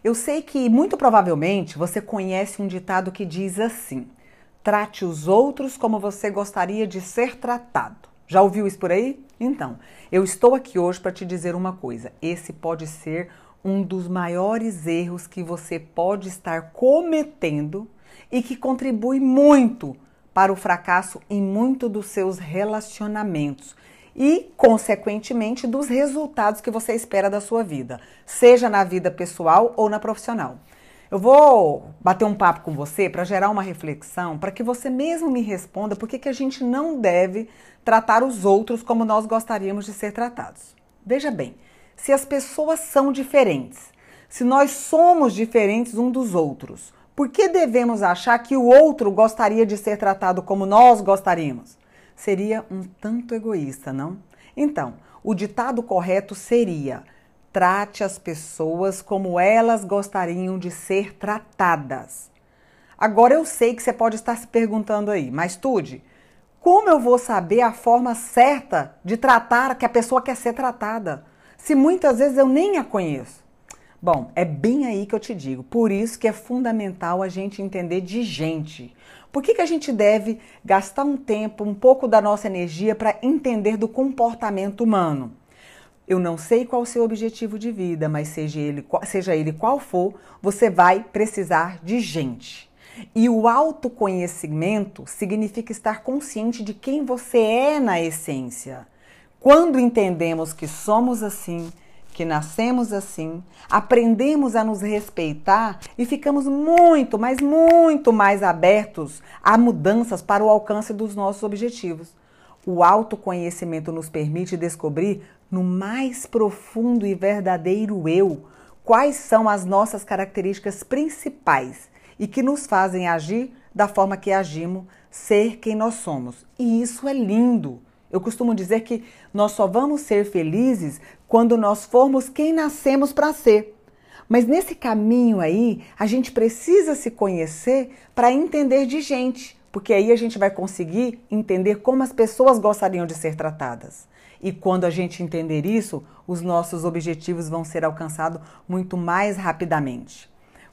Eu sei que muito provavelmente você conhece um ditado que diz assim: trate os outros como você gostaria de ser tratado. Já ouviu isso por aí? Então, eu estou aqui hoje para te dizer uma coisa. Esse pode ser um dos maiores erros que você pode estar cometendo e que contribui muito para o fracasso em muito dos seus relacionamentos e, consequentemente, dos resultados que você espera da sua vida, seja na vida pessoal ou na profissional. Eu vou bater um papo com você para gerar uma reflexão, para que você mesmo me responda por que a gente não deve tratar os outros como nós gostaríamos de ser tratados. Veja bem, se as pessoas são diferentes, se nós somos diferentes um dos outros, por que devemos achar que o outro gostaria de ser tratado como nós gostaríamos? Seria um tanto egoísta, não? Então, o ditado correto seria: trate as pessoas como elas gostariam de ser tratadas. Agora eu sei que você pode estar se perguntando aí, mas Tude, como eu vou saber a forma certa de tratar que a pessoa quer ser tratada, se muitas vezes eu nem a conheço? Bom, é bem aí que eu te digo, por isso que é fundamental a gente entender de gente. Por que a gente deve gastar um tempo, um pouco da nossa energia para entender do comportamento humano? Eu não sei qual o seu objetivo de vida, mas seja ele qual for, você vai precisar de gente. E o autoconhecimento significa estar consciente de quem você é na essência. Quando entendemos que somos assim, que nascemos assim, aprendemos a nos respeitar e ficamos muito, mas muito mais abertos a mudanças para o alcance dos nossos objetivos. O autoconhecimento nos permite descobrir no mais profundo e verdadeiro eu quais são as nossas características principais e que nos fazem agir da forma que agimos, ser quem nós somos. E isso é lindo. Eu costumo dizer que nós só vamos ser felizes quando nós formos quem nascemos para ser. Mas nesse caminho aí, a gente precisa se conhecer para entender de gente, porque aí a gente vai conseguir entender como as pessoas gostariam de ser tratadas. E quando a gente entender isso, os nossos objetivos vão ser alcançados muito mais rapidamente.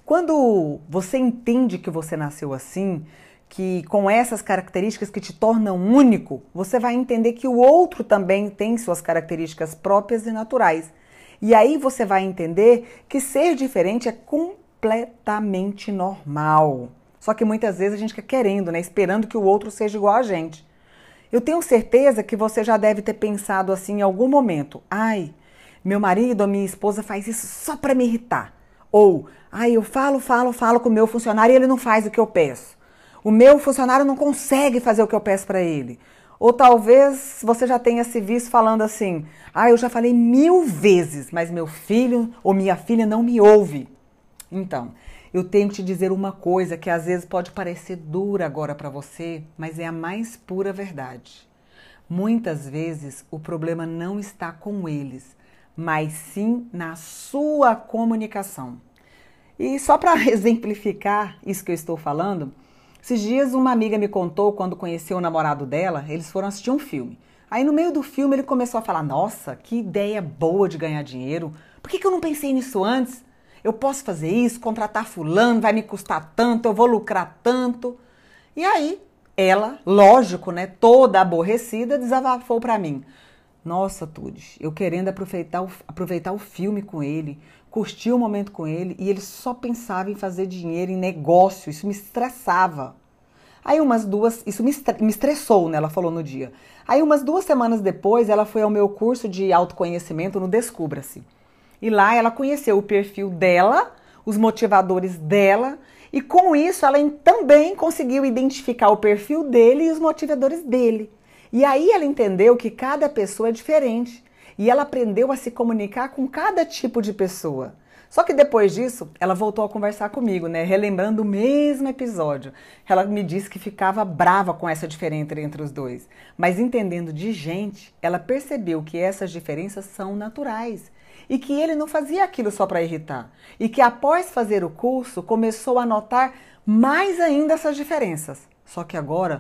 Quando você entende que você nasceu assim, que com essas características que te tornam único, você vai entender que o outro também tem suas características próprias e naturais. E aí você vai entender que ser diferente é completamente normal. Só que muitas vezes a gente fica querendo, né? Esperando que o outro seja igual a gente. Eu tenho certeza que você já deve ter pensado assim em algum momento: ai, meu marido ou minha esposa faz isso só para me irritar. Ou, ai, eu falo com o meu funcionário e ele não faz o que eu peço. O meu funcionário não consegue fazer o que eu peço para ele. Ou talvez você já tenha se visto falando assim: eu já falei 1000 vezes, mas meu filho ou minha filha não me ouve. Então, eu tenho que te dizer uma coisa que às vezes pode parecer dura agora para você, mas é a mais pura verdade. Muitas vezes o problema não está com eles, mas sim na sua comunicação. E só para exemplificar isso que eu estou falando, esses dias uma amiga me contou quando conheceu o namorado dela, eles foram assistir um filme. Aí no meio do filme ele começou a falar: nossa, que ideia boa de ganhar dinheiro, por que eu não pensei nisso antes? Eu posso fazer isso, contratar fulano, vai me custar tanto, eu vou lucrar tanto. E aí ela, lógico, né, toda aborrecida, desabafou para mim: nossa, Tude, eu querendo aproveitar o filme com ele, curtir o momento com ele, e ele só pensava em fazer dinheiro, em negócio, isso me estressava. Aí isso me estressou, né, ela falou no dia. Aí umas 2 semanas depois, ela foi ao meu curso de autoconhecimento no Descubra-se. E lá ela conheceu o perfil dela, os motivadores dela, e com isso ela também conseguiu identificar o perfil dele e os motivadores dele. E aí ela entendeu que cada pessoa é diferente e ela aprendeu a se comunicar com cada tipo de pessoa. Só que depois disso, ela voltou a conversar comigo, né? Relembrando o mesmo episódio. Ela me disse que ficava brava com essa diferença entre os dois. Mas entendendo de gente, ela percebeu que essas diferenças são naturais e que ele não fazia aquilo só para irritar. E que após fazer o curso, começou a notar mais ainda essas diferenças. Só que agora,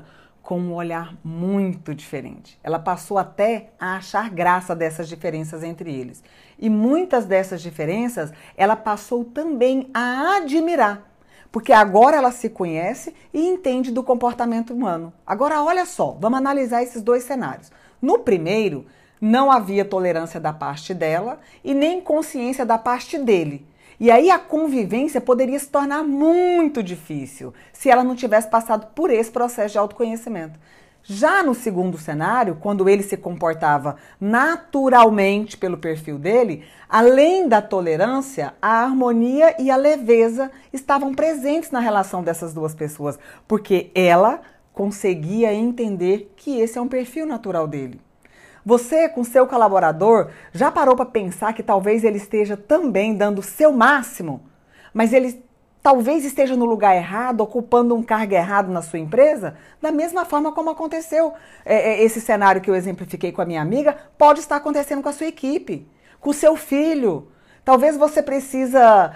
com um olhar muito diferente. Ela passou até a achar graça dessas diferenças entre eles. E muitas dessas diferenças ela passou também a admirar, porque agora ela se conhece e entende do comportamento humano. Agora olha só, vamos analisar esses dois cenários. No primeiro, não havia tolerância da parte dela e nem consciência da parte dele. E aí a convivência poderia se tornar muito difícil se ela não tivesse passado por esse processo de autoconhecimento. Já no segundo cenário, quando ele se comportava naturalmente pelo perfil dele, além da tolerância, a harmonia e a leveza estavam presentes na relação dessas duas pessoas, porque ela conseguia entender que esse é um perfil natural dele. Você, com seu colaborador, já parou para pensar que talvez ele esteja também dando o seu máximo, mas ele talvez esteja no lugar errado, ocupando um cargo errado na sua empresa? Da mesma forma como aconteceu esse cenário que eu exemplifiquei com a minha amiga, pode estar acontecendo com a sua equipe, com o seu filho. Talvez você precisa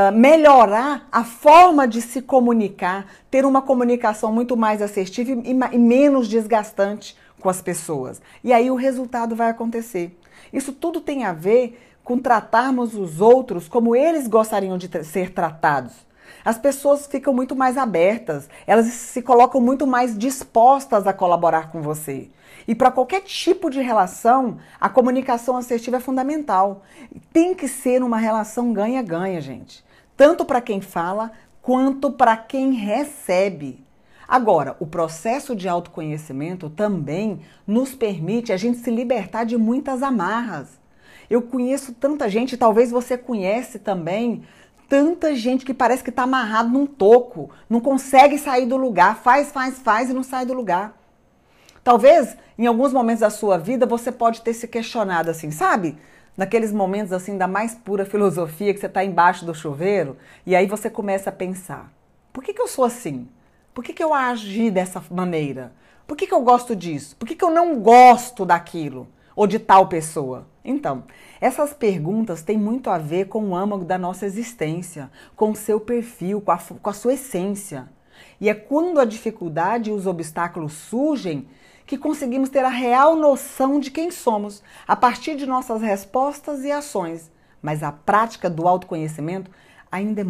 melhorar a forma de se comunicar, ter uma comunicação muito mais assertiva e menos desgastante com as pessoas. E aí o resultado vai acontecer. Isso tudo tem a ver com tratarmos os outros como eles gostariam de ser tratados. As pessoas ficam muito mais abertas, elas se colocam muito mais dispostas a colaborar com você. E para qualquer tipo de relação, a comunicação assertiva é fundamental. Tem que ser uma relação ganha-ganha, gente. Tanto para quem fala, quanto para quem recebe. Agora, o processo de autoconhecimento também nos permite a gente se libertar de muitas amarras. Eu conheço tanta gente, talvez você conhece também, tanta gente que parece que está amarrado num toco, não consegue sair do lugar, faz e não sai do lugar. Talvez, em alguns momentos da sua vida, você pode ter se questionado assim, sabe? Naqueles momentos assim da mais pura filosofia, que você está embaixo do chuveiro, e aí você começa a pensar, por que eu sou assim? Por que eu agi dessa maneira? Por que eu gosto disso? Por que eu não gosto daquilo? Ou de tal pessoa? Então, essas perguntas têm muito a ver com o âmago da nossa existência, com o seu perfil, com a sua essência. E é quando a dificuldade e os obstáculos surgem que conseguimos ter a real noção de quem somos, a partir de nossas respostas e ações. Mas a prática do autoconhecimento ainda é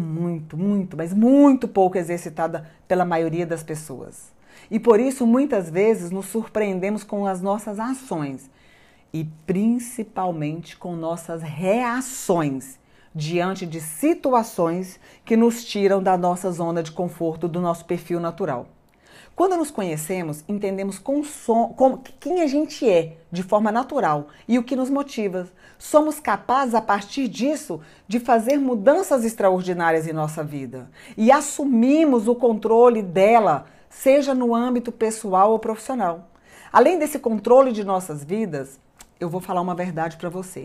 mas muito pouco exercitada pela maioria das pessoas. E por isso, muitas vezes, nos surpreendemos com as nossas ações e principalmente com nossas reações diante de situações que nos tiram da nossa zona de conforto, do nosso perfil natural. Quando nos conhecemos, entendemos quem a gente é de forma natural e o que nos motiva. Somos capazes, a partir disso, de fazer mudanças extraordinárias em nossa vida. E assumimos o controle dela, seja no âmbito pessoal ou profissional. Além desse controle de nossas vidas, eu vou falar uma verdade para você.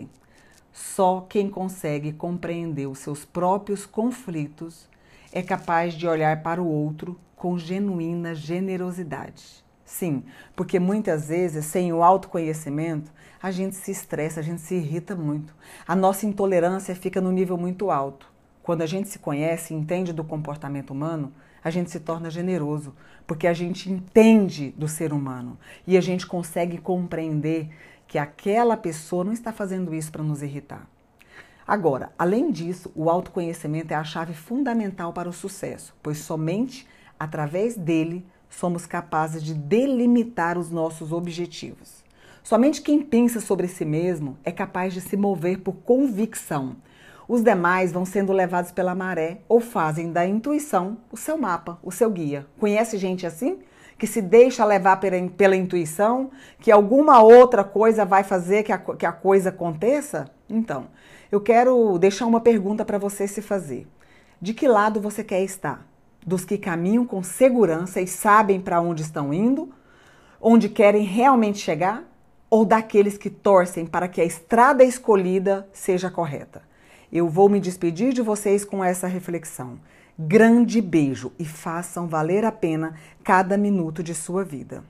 Só quem consegue compreender os seus próprios conflitos é capaz de olhar para o outro com genuína generosidade. Sim, porque muitas vezes, sem o autoconhecimento, a gente se estressa, a gente se irrita muito. A nossa intolerância fica no nível muito alto. Quando a gente se conhece e entende do comportamento humano, a gente se torna generoso, porque a gente entende do ser humano e a gente consegue compreender que aquela pessoa não está fazendo isso para nos irritar. Agora, além disso, o autoconhecimento é a chave fundamental para o sucesso, pois somente através dele somos capazes de delimitar os nossos objetivos. Somente quem pensa sobre si mesmo é capaz de se mover por convicção. Os demais vão sendo levados pela maré ou fazem da intuição o seu mapa, o seu guia. Conhece gente assim? Que se deixa levar pela intuição, que alguma outra coisa vai fazer que a coisa aconteça? Então, eu quero deixar uma pergunta para você se fazer. De que lado você quer estar? Dos que caminham com segurança e sabem para onde estão indo, onde querem realmente chegar? Ou daqueles que torcem para que a estrada escolhida seja correta? Eu vou me despedir de vocês com essa reflexão. Grande beijo e façam valer a pena cada minuto de sua vida.